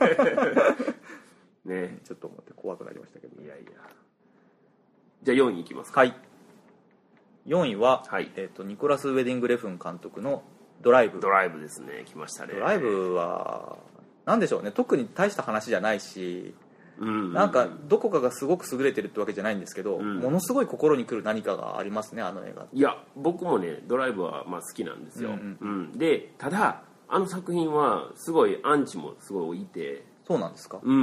ねちょっと思って怖くなりましたけど、 いやいやじゃあよんいいきますか。 はい、よんいは、はいえーと、ニコラス・ウェディング・レフン監督のドライブ。 ドライブですね、来ましたね。 ドライブはなんでしょうね、特に大した話じゃないし、うんうんうん、なんかどこかがすごく優れてるってわけじゃないんですけど、うん、ものすごい心にくる何かがありますね、あの映画。 いや僕もねドライブはまあ好きなんですよ、うんうんうん、でただあの作品はすごいアンチもすごいいて。 そうなんですか、 うんうん、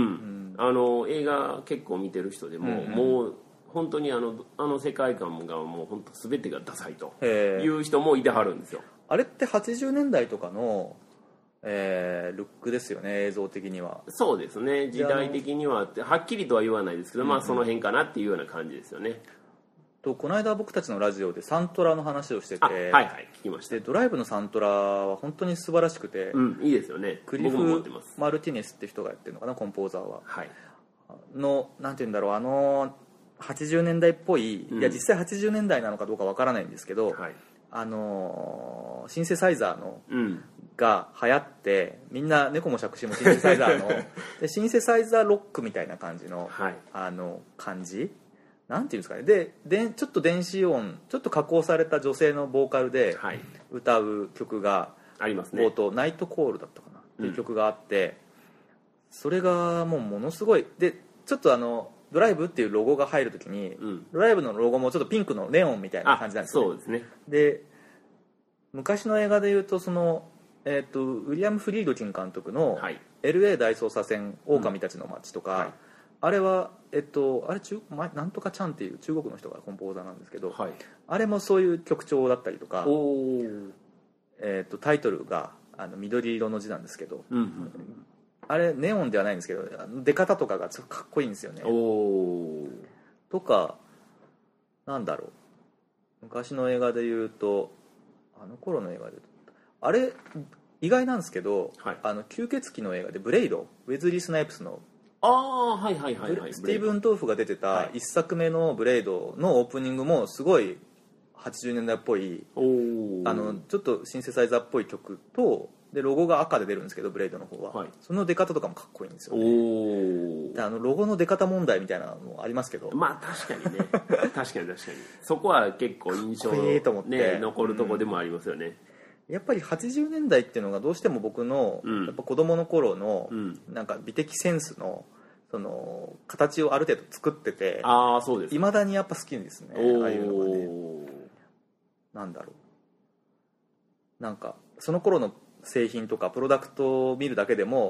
あの映画結構見てる人でも、うんうん、もう本当にあのあの世界観がもう本当全てがダサいという人もいてはるんですよ。 あれってはちじゅうねんだいとかの、えー、ルックですよね、映像的には。 そうですね、時代的にははっきりとは言わないですけど、まあその辺かなっていうような感じですよね。 とこの間僕たちのラジオでサントラの話をしてて、はいはい聞きました。 でドライブのサントラは本当に素晴らしくて、 うん、いいですよね。 クリフ・マルティネスって人がやってるのかな、コンポーザーは、はい、のなんていうんだろう、あのはちじゅうねんだいっぽい、うん、いや実際はちじゅうねんだいなのかどうかわからないんですけど、はい、あのシンセサイザーの、うん、が流行ってみんな猫も杓子もシンセサイザーのでシンセサイザーロックみたいな感じの、はい、あの感じなんていうんですかね、ででちょっと電子音ちょっと加工された女性のボーカルで歌う曲がありますね。 冒頭ナイトコールだったかなっていう曲があって、うん、それがもうものすごいで、ちょっとあのドライブっていうロゴが入るときに、うん、ドライブのロゴもちょっとピンクのネオンみたいな感じなんですよね。 そうですね。 で昔の映画でいうとその、えー、とウィリアム・フリードキン監督の エルエー 大捜査線狼たちの街とか、うんはい、あれは、えっと、あれ中なんとかちゃんっていう中国の人がコンポーザーなんですけど、はい、あれもそういう曲調だったりとか、えっと、タイトルがあの緑色の字なんですけど、うんうんうん、あれネオンではないんですけど出方とかがちょっとかっこいいんですよね。おとかなんだろう、昔の映画でいうとあの頃の映画であれ意外なんですけど、はい、あの吸血鬼の映画でブレイド、ウェズリー・スナイプスのああはいはいはい、はい、 スティーブン・トーフが出てたいっさくめのブレイドのオープニングもすごいはちじゅうねんだいっぽい、あのちょっとシンセサイザーっぽい曲とでロゴが赤で出るんですけどブレイドの方は、はい、その出方とかもかっこいいんですよね。おであのロゴの出方問題みたいなのもありますけど、 まあ確かにね確かに確かにそこは結構印象の、ね、と思って残るとこでもありますよね、 うん、やっぱりはちじゅうねんだいっていうのがどうしても僕の、うん、やっぱ子供の頃の、うん、なんか美的センスのその形をある程度作ってて、 ああそうです、 いまだにやっぱ好きですね、ああいうのがね。なんだろう、なんかその頃の製品とかプロダクトを見るだけでも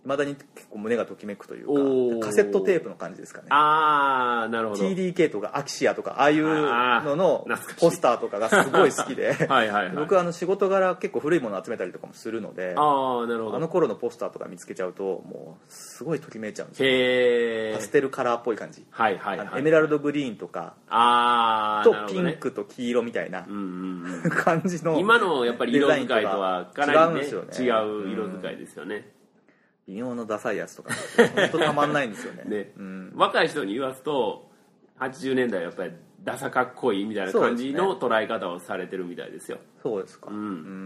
いまだに結構胸がときめくというか、カセットテープの感じですかね。 ああ、なるほど。 ティーディーケー とかアキシアとかああいうののポスターとかがすごい好きではいはい、はい、僕はあの仕事柄結構古いものを集めたりとかもするので、 ああ、なるほど。 あの頃のポスターとか見つけちゃうともうすごいときめいちゃうんですよ。へー。パステルカラーっぽい感じ、はいはいはい、エメラルドグリーンとかあとピンクと黄色みたいな、うんうんうん、感じの今のやっぱり色使いとはかなり、ね、違うんですよね。違う色使いですよね、うん、 微妙のダサいやつとか本当たまんないんですよね。ね、 うん、若い人に言わすとはちじゅうねんだいやっぱりダサかっこいいみたいな感じの捉え方をされてるみたいですよ。 そうですか、 うんうん、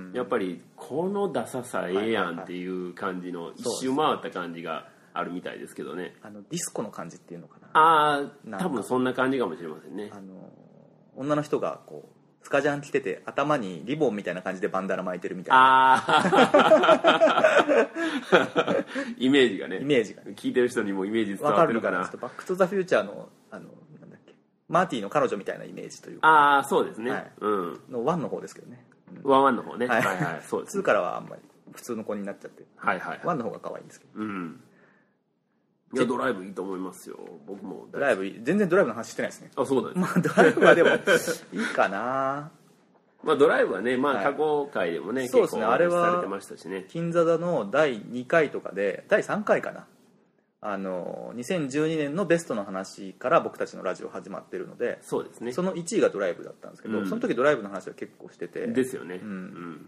やっぱりこのダサさええやんっていう感じの一周回った感じがあるみたいですけどね。 あのディスコの感じっていうのかな。 ああ、多分そんな感じかもしれませんね。 あの女の人がこうスカジャン着てて頭にリボンみたいな感じでバンダナ巻いてるみたいな、あイメージがね、 イメージが、ね、 聞いてる人にもイメージ伝わってるかな。 バックトゥザフューチャーのあのなんだっけ、マーティの彼女みたいなイメージというか、 ああそうですね、はい、 うん、のワンの方ですけどね、 うん、ワンワンの方ね、はいはいはい、そうです、 ね、ツーからはあんまり普通の子になっちゃって、 はいはいはい、 ワンの方が可愛いんですけど、 うん、いやドライブいいと思いますよ。僕もドライブ全然ドライブの話してないですね。 あ、そうなんです、 まあ、ドライブはでもいいかな。 まあドライブはね、まあ過去回でもね、はい、 そうですね、あれはされてましたしね。 金座座のだいにかいとかでだいさんかいかな、あのにせんじゅうにねんのベストの話から僕たちのラジオ始まってるので、 そうですね、 そのいちいがドライブだったんですけど、うん、その時ドライブの話は結構しててですよね、 うんうん、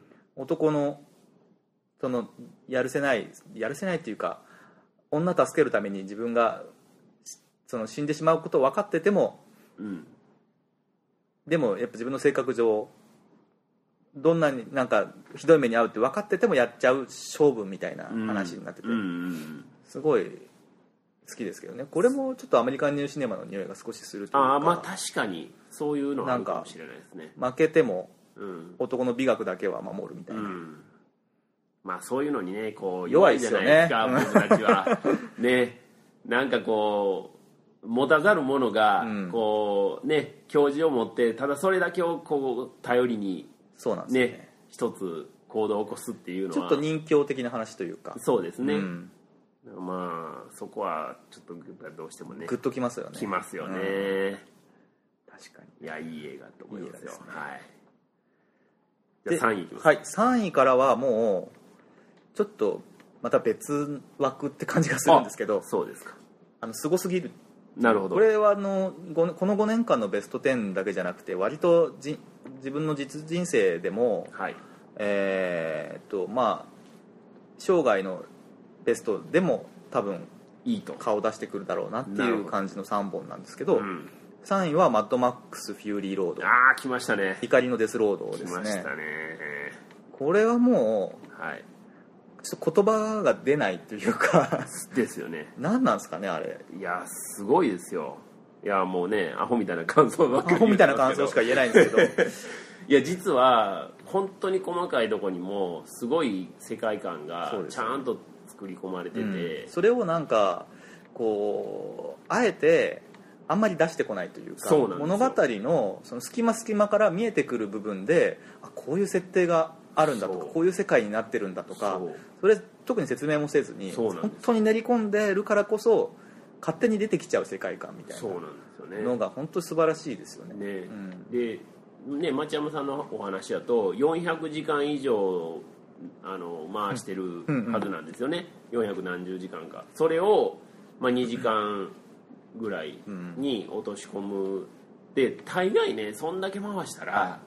男のそのやるせないやるせないっていうか、女助けるために自分がその死んでしまうことを分かってても、うん、でもやっぱ自分の性格上どんなになんかひどい目に遭うって分かっててもやっちゃう性分みたいな話になってて、うんうんうん、すごい好きですけどね。これもちょっとアメリカンニューシネマの匂いが少しするというか、 あ、まあ確かにそういうのはあるかもしれないですね。 負けても男の美学だけは守るみたいな、うん、 まあそういうのにねこう弱いじゃないですか、僕たちはね、なんかこう持たざる者がこうね、教授を持ってただそれだけをこう頼りにそうなんですね、 一つ行動を起こすっていうのはちょっと人形的な話というか、 そうですね、うん、まあそこはちょっとどうしてもねグッときますよね。 きますよね、うん、 確かに。 いやいい映画と思いますよ。いいですね、はい。 じゃあさんいいきます。はい、さんいからはもうちょっとまた別枠って感じがするんですけど、 そうですか、 あのすごすぎる。 なるほど。 これはあのこのごねんかんのベストじゅうだけじゃなくて割とじ自分の実人生でも、はい、えー、っとまあ生涯のベストでも多分いいと顔出してくるだろうなっていう感じのさんぼんなんですけど、うん、さんいはマッドマックスフューリーロード。 ああ来ましたね、 怒りのデスロードですね。 来ましたね。 これはもう、 はい、 ちょっと言葉が出ないというかですよね。 何なんですかねあれ。 いやすごいですよ。いやもうねアホみたいな感想ばっかりアホみたいな感想しか言えないんですけどいや実は本当に細かいとこにもすごい世界観がちゃんと作り込まれてて、 うん、それをなんかこうあえてあんまり出してこないというか、物語のその隙間隙間から見えてくる部分であこういう設定があるんだとかこういう世界になってるんだとか、それ特に説明もせずに本当に練り込んでるからこそ勝手に出てきちゃう世界観みたいなのが本当に素晴らしいですよね。 ね、うん、でね町山さんのお話だとよんひゃくじかん以上あの回してるはずなんですよね、うんうんうん、よんひゃくなんじゅうじかんか。それを、まあ、にじかんぐらいに落とし込むで大概ねそんだけ回したら、はい、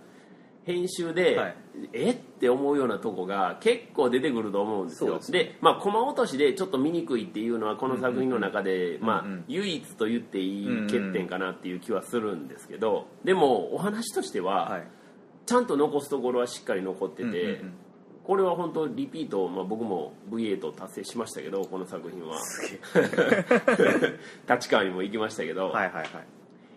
編集で、はい、えって思うようなとこが結構出てくると思うんですよ。で、ね、まあコマ落としでちょっと見にくいっていうのはこの作品の中で、うんうん、まあ、うんうん、唯一と言っていい欠点かなっていう気はするんですけど、でもお話としては、はい、ちゃんと残すところはしっかり残ってて、うんうんうん、これは本当リピート、まあ、僕も ブイエイト 達成しましたけどこの作品は立川にも行きましたけど、はいはいはい、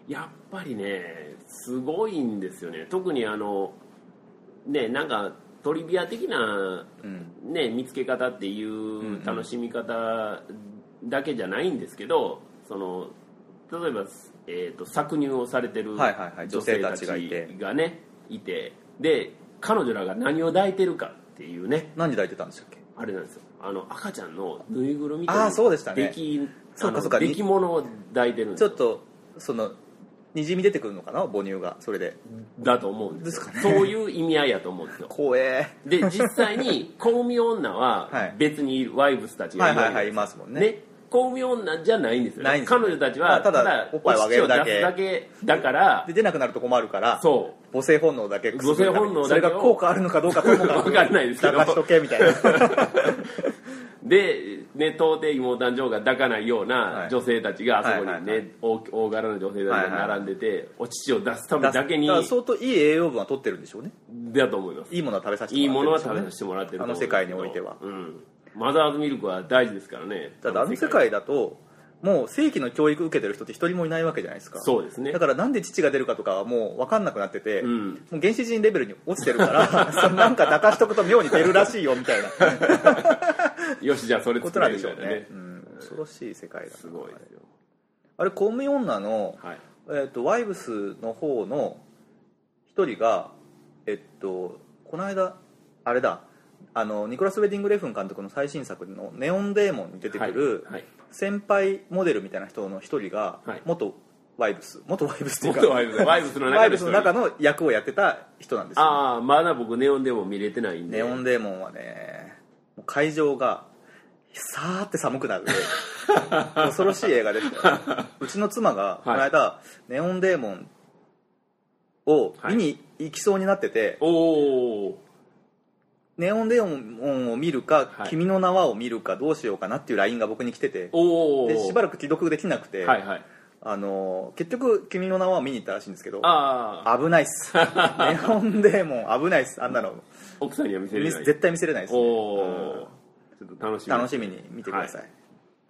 やっぱりねすごいんですよね。特にあのねなんかトリビア的な、ね、見つけ方っていう楽しみ方だけじゃないんですけど、その例えば、えーと、搾乳をされてる女性たちがねいて、で彼女らが何を抱いてるかっていうね。 何抱いてたんでしたっけ。 あれなんですよ、 あの赤ちゃんのぬいぐるみとああそうでしたね出来そうかそうか出来物を抱いてるんですよ。 ちょっとそのにじみ出てくるのかな母乳がそれでだと思うんですよ。 ですかね。 そういう意味合いやと思うんですよ。 怖え。 で実際に小海女は別にワイブスたちがいるわけです、 はいはいはいいますもんね。 ね、小海女じゃないんですよね。 ないんですよね彼女たちはただおっぱいをあげるだけお乳を出すだけだからで出なくなると困るからそう母性本能だけくすぐるために母性本能だけをそれが効果あるのかどうかともかく分からないですけど抱かしとけみたいなで、ね、到底妹誕生が抱かないような女性たちがあそこにね、 はいはいはい大, 大柄な女性たちが並んでて、はいはい、お乳を出すためだけにだから相当いい栄養分は取ってるんでしょうね。 だと思います。 いいものは食べさせてもらってる、ね、いいものは食食べさせてもらってるとあの世界においては、 うん、マザーズミルクは大事ですからね。 ただあの世界だともう正規の教育受けてる人って一人もいないわけじゃないですか。 そうですね。 だからなんで父が出るかとかはもう分かんなくなってて、うん、もう原始人レベルに落ちてるからそのなんか抱かしとくと妙に出るらしいよみたいなよしじゃあそれ作れみたいなね、うん、恐ろしい世界だな。 すごいですよ。 あれ公務員女の、はい、えー、とワイブスの方の一人がえっとこの間あれだあのニコラス・ウェディング・レフン監督の最新作の「ネオンデーモン」に出てくる先輩モデルみたいな人の一人が元ワイブス元ワイブスっていうかワイブスワイブスの中ワイブスの中の役をやってた人なんですよ、ね、 ああまだ僕ネオンデーモン見れてないんで。 ネオンデーモンはねもう会場がさーって寒くなる恐ろしい映画でしたよ、ね、うちの妻がこの間、はい、ネオンデーモンを見に行きそうになってて、はい、おネオンデーモンを見るか、はい、君の名はを見るかどうしようかなっていう ライン が僕に来てて、でしばらく既読できなくて、はいはい、あの結局君の名はを見に行ったらしいんですけど、あ危ないっすネオンデーモン危ないっす。あんなの奥さんには見せれない。 絶対見せれないです、ね、 おちょっと楽しみ楽しみに見てください、はい、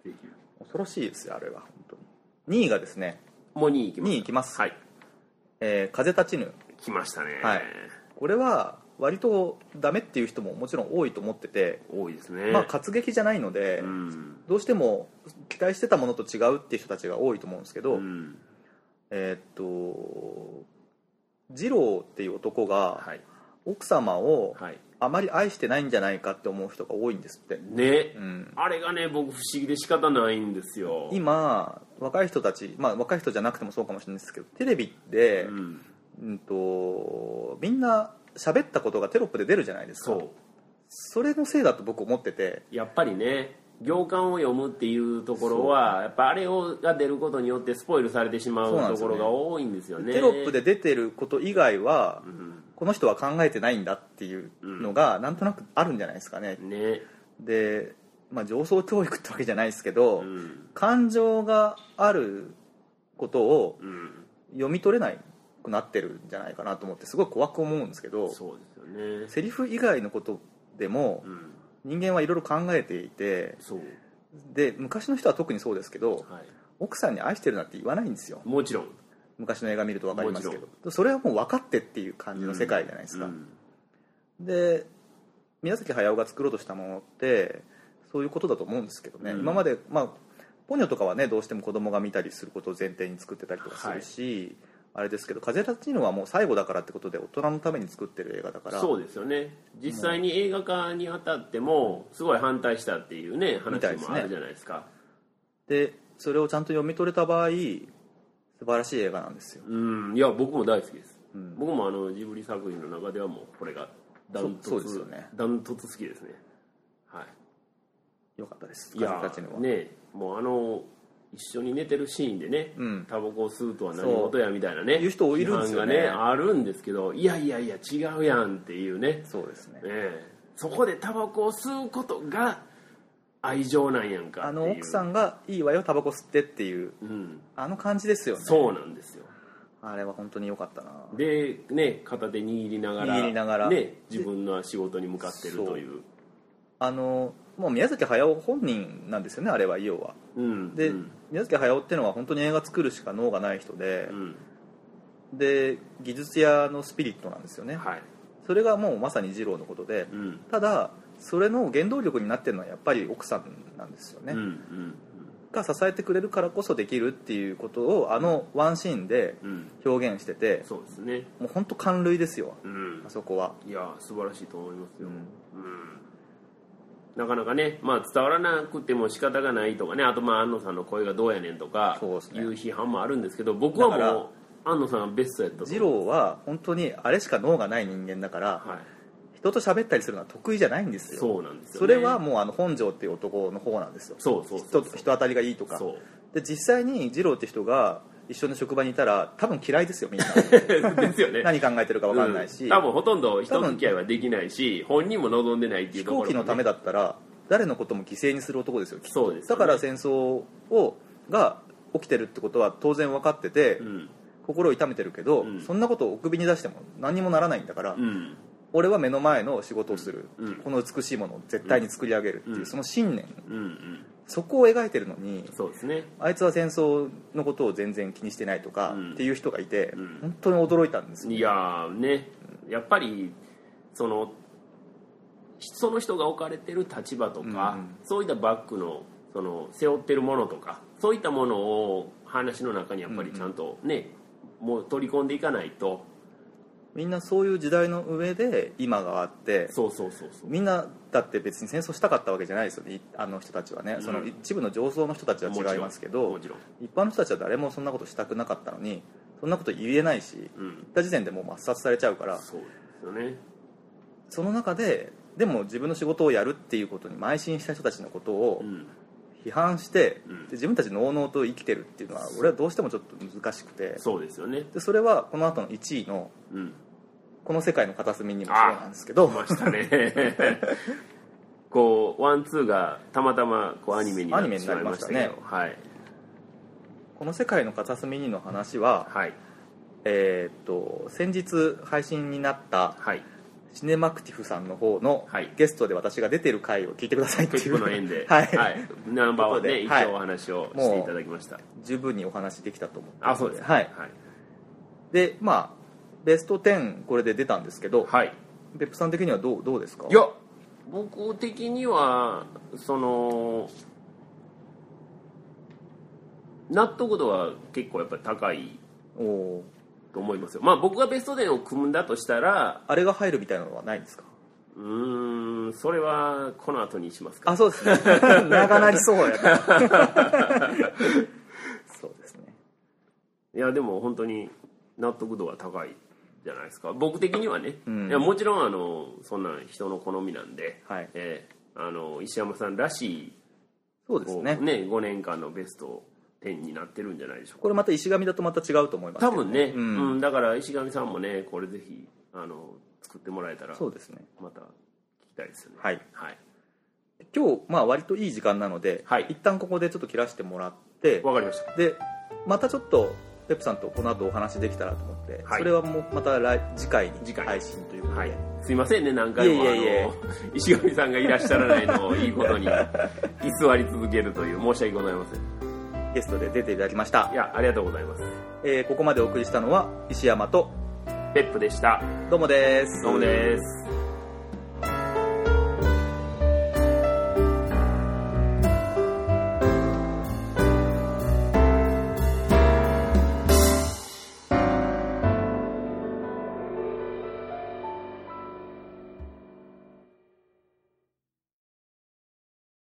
恐ろしいですよあれは本当に。にいがですね、 もうにいいきます。 にいいきます、 はいえー、風立ちぬ来ましたね、 はい、これは割とダメっていう人ももちろん多いと思ってて、 多いですね。 まあ活劇じゃないので、うん、どうしても期待してたものと違うっていう人たちが多いと思うんですけど、うん、えー、っと二郎っていう男が奥様をあまり愛してないんじゃないかって思う人が多いんですってね、うん、あれがね僕不思議で仕方ないんですよ。 今若い人たち、まあ若い人じゃなくてもそうかもしれないですけど、テレビで、うんうん、とみんな喋ったことがテロップで出るじゃないですか。そう、それのせいだと僕思ってて、 やっぱりね行間を読むっていうところはやっぱあれをが出ることによってスポイルされてしまうところが多いんですよね。 テロップで出てること以外は、うん、この人は考えてないんだっていうのがなんとなくあるんじゃないですかね。うん、ねで、まあ、上層教育ってわけじゃないですけど、うん、感情があることを読み取れないくなってるんじゃないかなと思ってすごい怖く思うんですけど、 そうですよね。 セリフ以外のことでも、うん、人間はいろいろ考えていて、そうで昔の人は特にそうですけど、はい、奥さんに愛してるなんて言わないんですよ。 もちろん昔の映画見ると分かりますけど、それはもう分かってっていう感じの世界じゃないですか、うんうん、で宮崎駿が作ろうとしたものってそういうことだと思うんですけどね、うん、今まで、まあ、ポニョとかはねどうしても子供が見たりすることを前提に作ってたりとかするし、はいあれですけど、風立ちぬはもう最後だからってことで大人のために作ってる映画だから。 そうですよね。実際に映画化にあたってもすごい反対したっていうね話もあるじゃないですか。 で、それをちゃんと読み取れた場合素晴らしい映画なんですよ。 うん、いや僕も大好きです、うん、僕もあのジブリ作品の中ではもうこれがダントツ、そうですよね、ダントツ好きですね。はい、 よかったです。 風立ちぬはね、もうあの一緒に寝てるシーンでね、うん、タバコを吸うとは何事やみたいなねいう人いるんですよね。 批判がねあるんですけど、いやいやいや違うやんっていうね。 そうですね、 えー、そこでタバコを吸うことが愛情なんやんかっていう。 あの奥さんがいいわよタバコ吸ってっていう、うん、あの感じですよね。 そうなんですよ。 あれは本当に良かったな。 でね片手握りながら握りながら、 ね、自分の仕事に向かってるという。 あのもう宮崎駿本人なんですよねあれは要は、うん、で、うん、宮崎駿っていうのは本当に映画作るしか脳がない人で、うん、で技術屋のスピリットなんですよね、はい、それがもうまさに二郎のことで、うん、ただそれの原動力になってるのはやっぱり奥さんなんですよね、うんうん、が支えてくれるからこそできるっていうことをあのワンシーンで表現してて、 そうですね、 もう本当感涙ですよ、うん、あそこは。 いや素晴らしいと思いますよ、うんうん、 なかなかね、まあ、伝わらなくても仕方がないとかね、あとまあ安野さんの声がどうやねんとかいう批判もあるんですけど、僕はもう安野さんがベストやったと。 二郎は本当にあれしか脳がない人間だから、はい、人と喋ったりするのは得意じゃないんですよ。 そうなんですよね。 それはもうあの本庄っていう男の方なんですよ。 そうそうそうそう、 人、人当たりがいいとか。そうで実際に二郎って人が一緒の職場にいたら多分嫌いですよみんなですよね。 何考えてるか分かんないし、うん、 多分ほとんど人付き合いはできないし、本人も望んでないっていうところ、ね、 飛行機のためだったら誰のことも犠牲にする男ですよ。 そうですよね。 だから戦争をが起きてるってことは当然分かってて、うん、心を痛めてるけど、うん、そんなことをお首に出しても何にもならないんだから、うん、俺は目の前の仕事をする、うん、この美しいものを絶対に作り上げるっていう、うん、その信念、うんうん、そこを描いてるのに、 そうですね、 あいつは戦争のことを全然気にしてないとか、うん、っていう人がいて、うん、本当に驚いたんですよ、ね、 いやね、やっぱりそのその人が置かれてる立場とか、うん、そういったバックのその背負ってるものとか、そういったものを話の中にやっぱりちゃんとね、うんうん、もう取り込んでいかないと。 みんなそういう時代の上で今があって、 そうそうそうそう、 みんなだって別に戦争したかったわけじゃないですよね、あの人たちはね、うん、その一部の上層の人たちは違いますけど、一般の人たちは誰もそんなことしたくなかったのに、そんなこと言えないし、うん、言った時点でもう抹殺されちゃうから、 そうですよね。 その中ででも自分の仕事をやるっていうことに邁進した人たちのことを批判して、うん、で自分たちのうのうと生きてるっていうのは俺はどうしてもちょっと難しくて、 そうですよね。 でそれはこの後のいちいの、うん、この世界の片隅にもそうなんですけど、 ましたねこうワンツーがたまたまこうアニメになってしまいましたね。はい、 この世界の片隅にの話は、はい、えー、っと先日配信になった、はい、シネマクティフさんの方のゲストで私が出てる回を聞いてくださいっていう、 結構の縁で、 はいはい、ナンバーワンで一応お話をしていただきました。 十分にお話できたと思って。 あ、そうです、 はい、はい、でまあベストじゅうこれで出たんですけど、はい、別府さん的にはどう、どうですか？ いや僕的にはその納得度は結構やっぱり高いおと思いますよ。まあ僕がベストじゅうを組むんだとしたら、 あれが入るみたいなのはないんですか？ うーん、それはこの後にしますか。 あ、そうですね長なりそうやなそうですね。 いやでも本当に納得度は高いじゃないですか、僕的にはね、うん、いやもちろんあのそんな人の好みなんで、はい、えー、あの石山さんらしい、 そうですね、 ねごねんかんのベストじゅうになってるんじゃないでしょうか。 これまた石上だとまた違うと思いますけど、 ね、多分ね、うんうん、だから石上さんもねこれぜひあの作ってもらえたら、 そうですね、 また聞きたいですよね。 はい、はい、今日まあ割といい時間なので、はい、一旦ここでちょっと切らせてもらって、 わかりました。 でまたちょっとペップさんとこの後お話できたらと思って、はい、それはもうまた来次回に配信ということで、はい、 すいませんね何回もいえいえいえ、あの石上さんがいらっしゃらないのをいいことに居座り続けるという、申し訳ございません。 ゲストで出ていただきました。 いやありがとうございます。 えー、ここまでお送りしたのは石山とペップでした。 どうもです。 どうもです。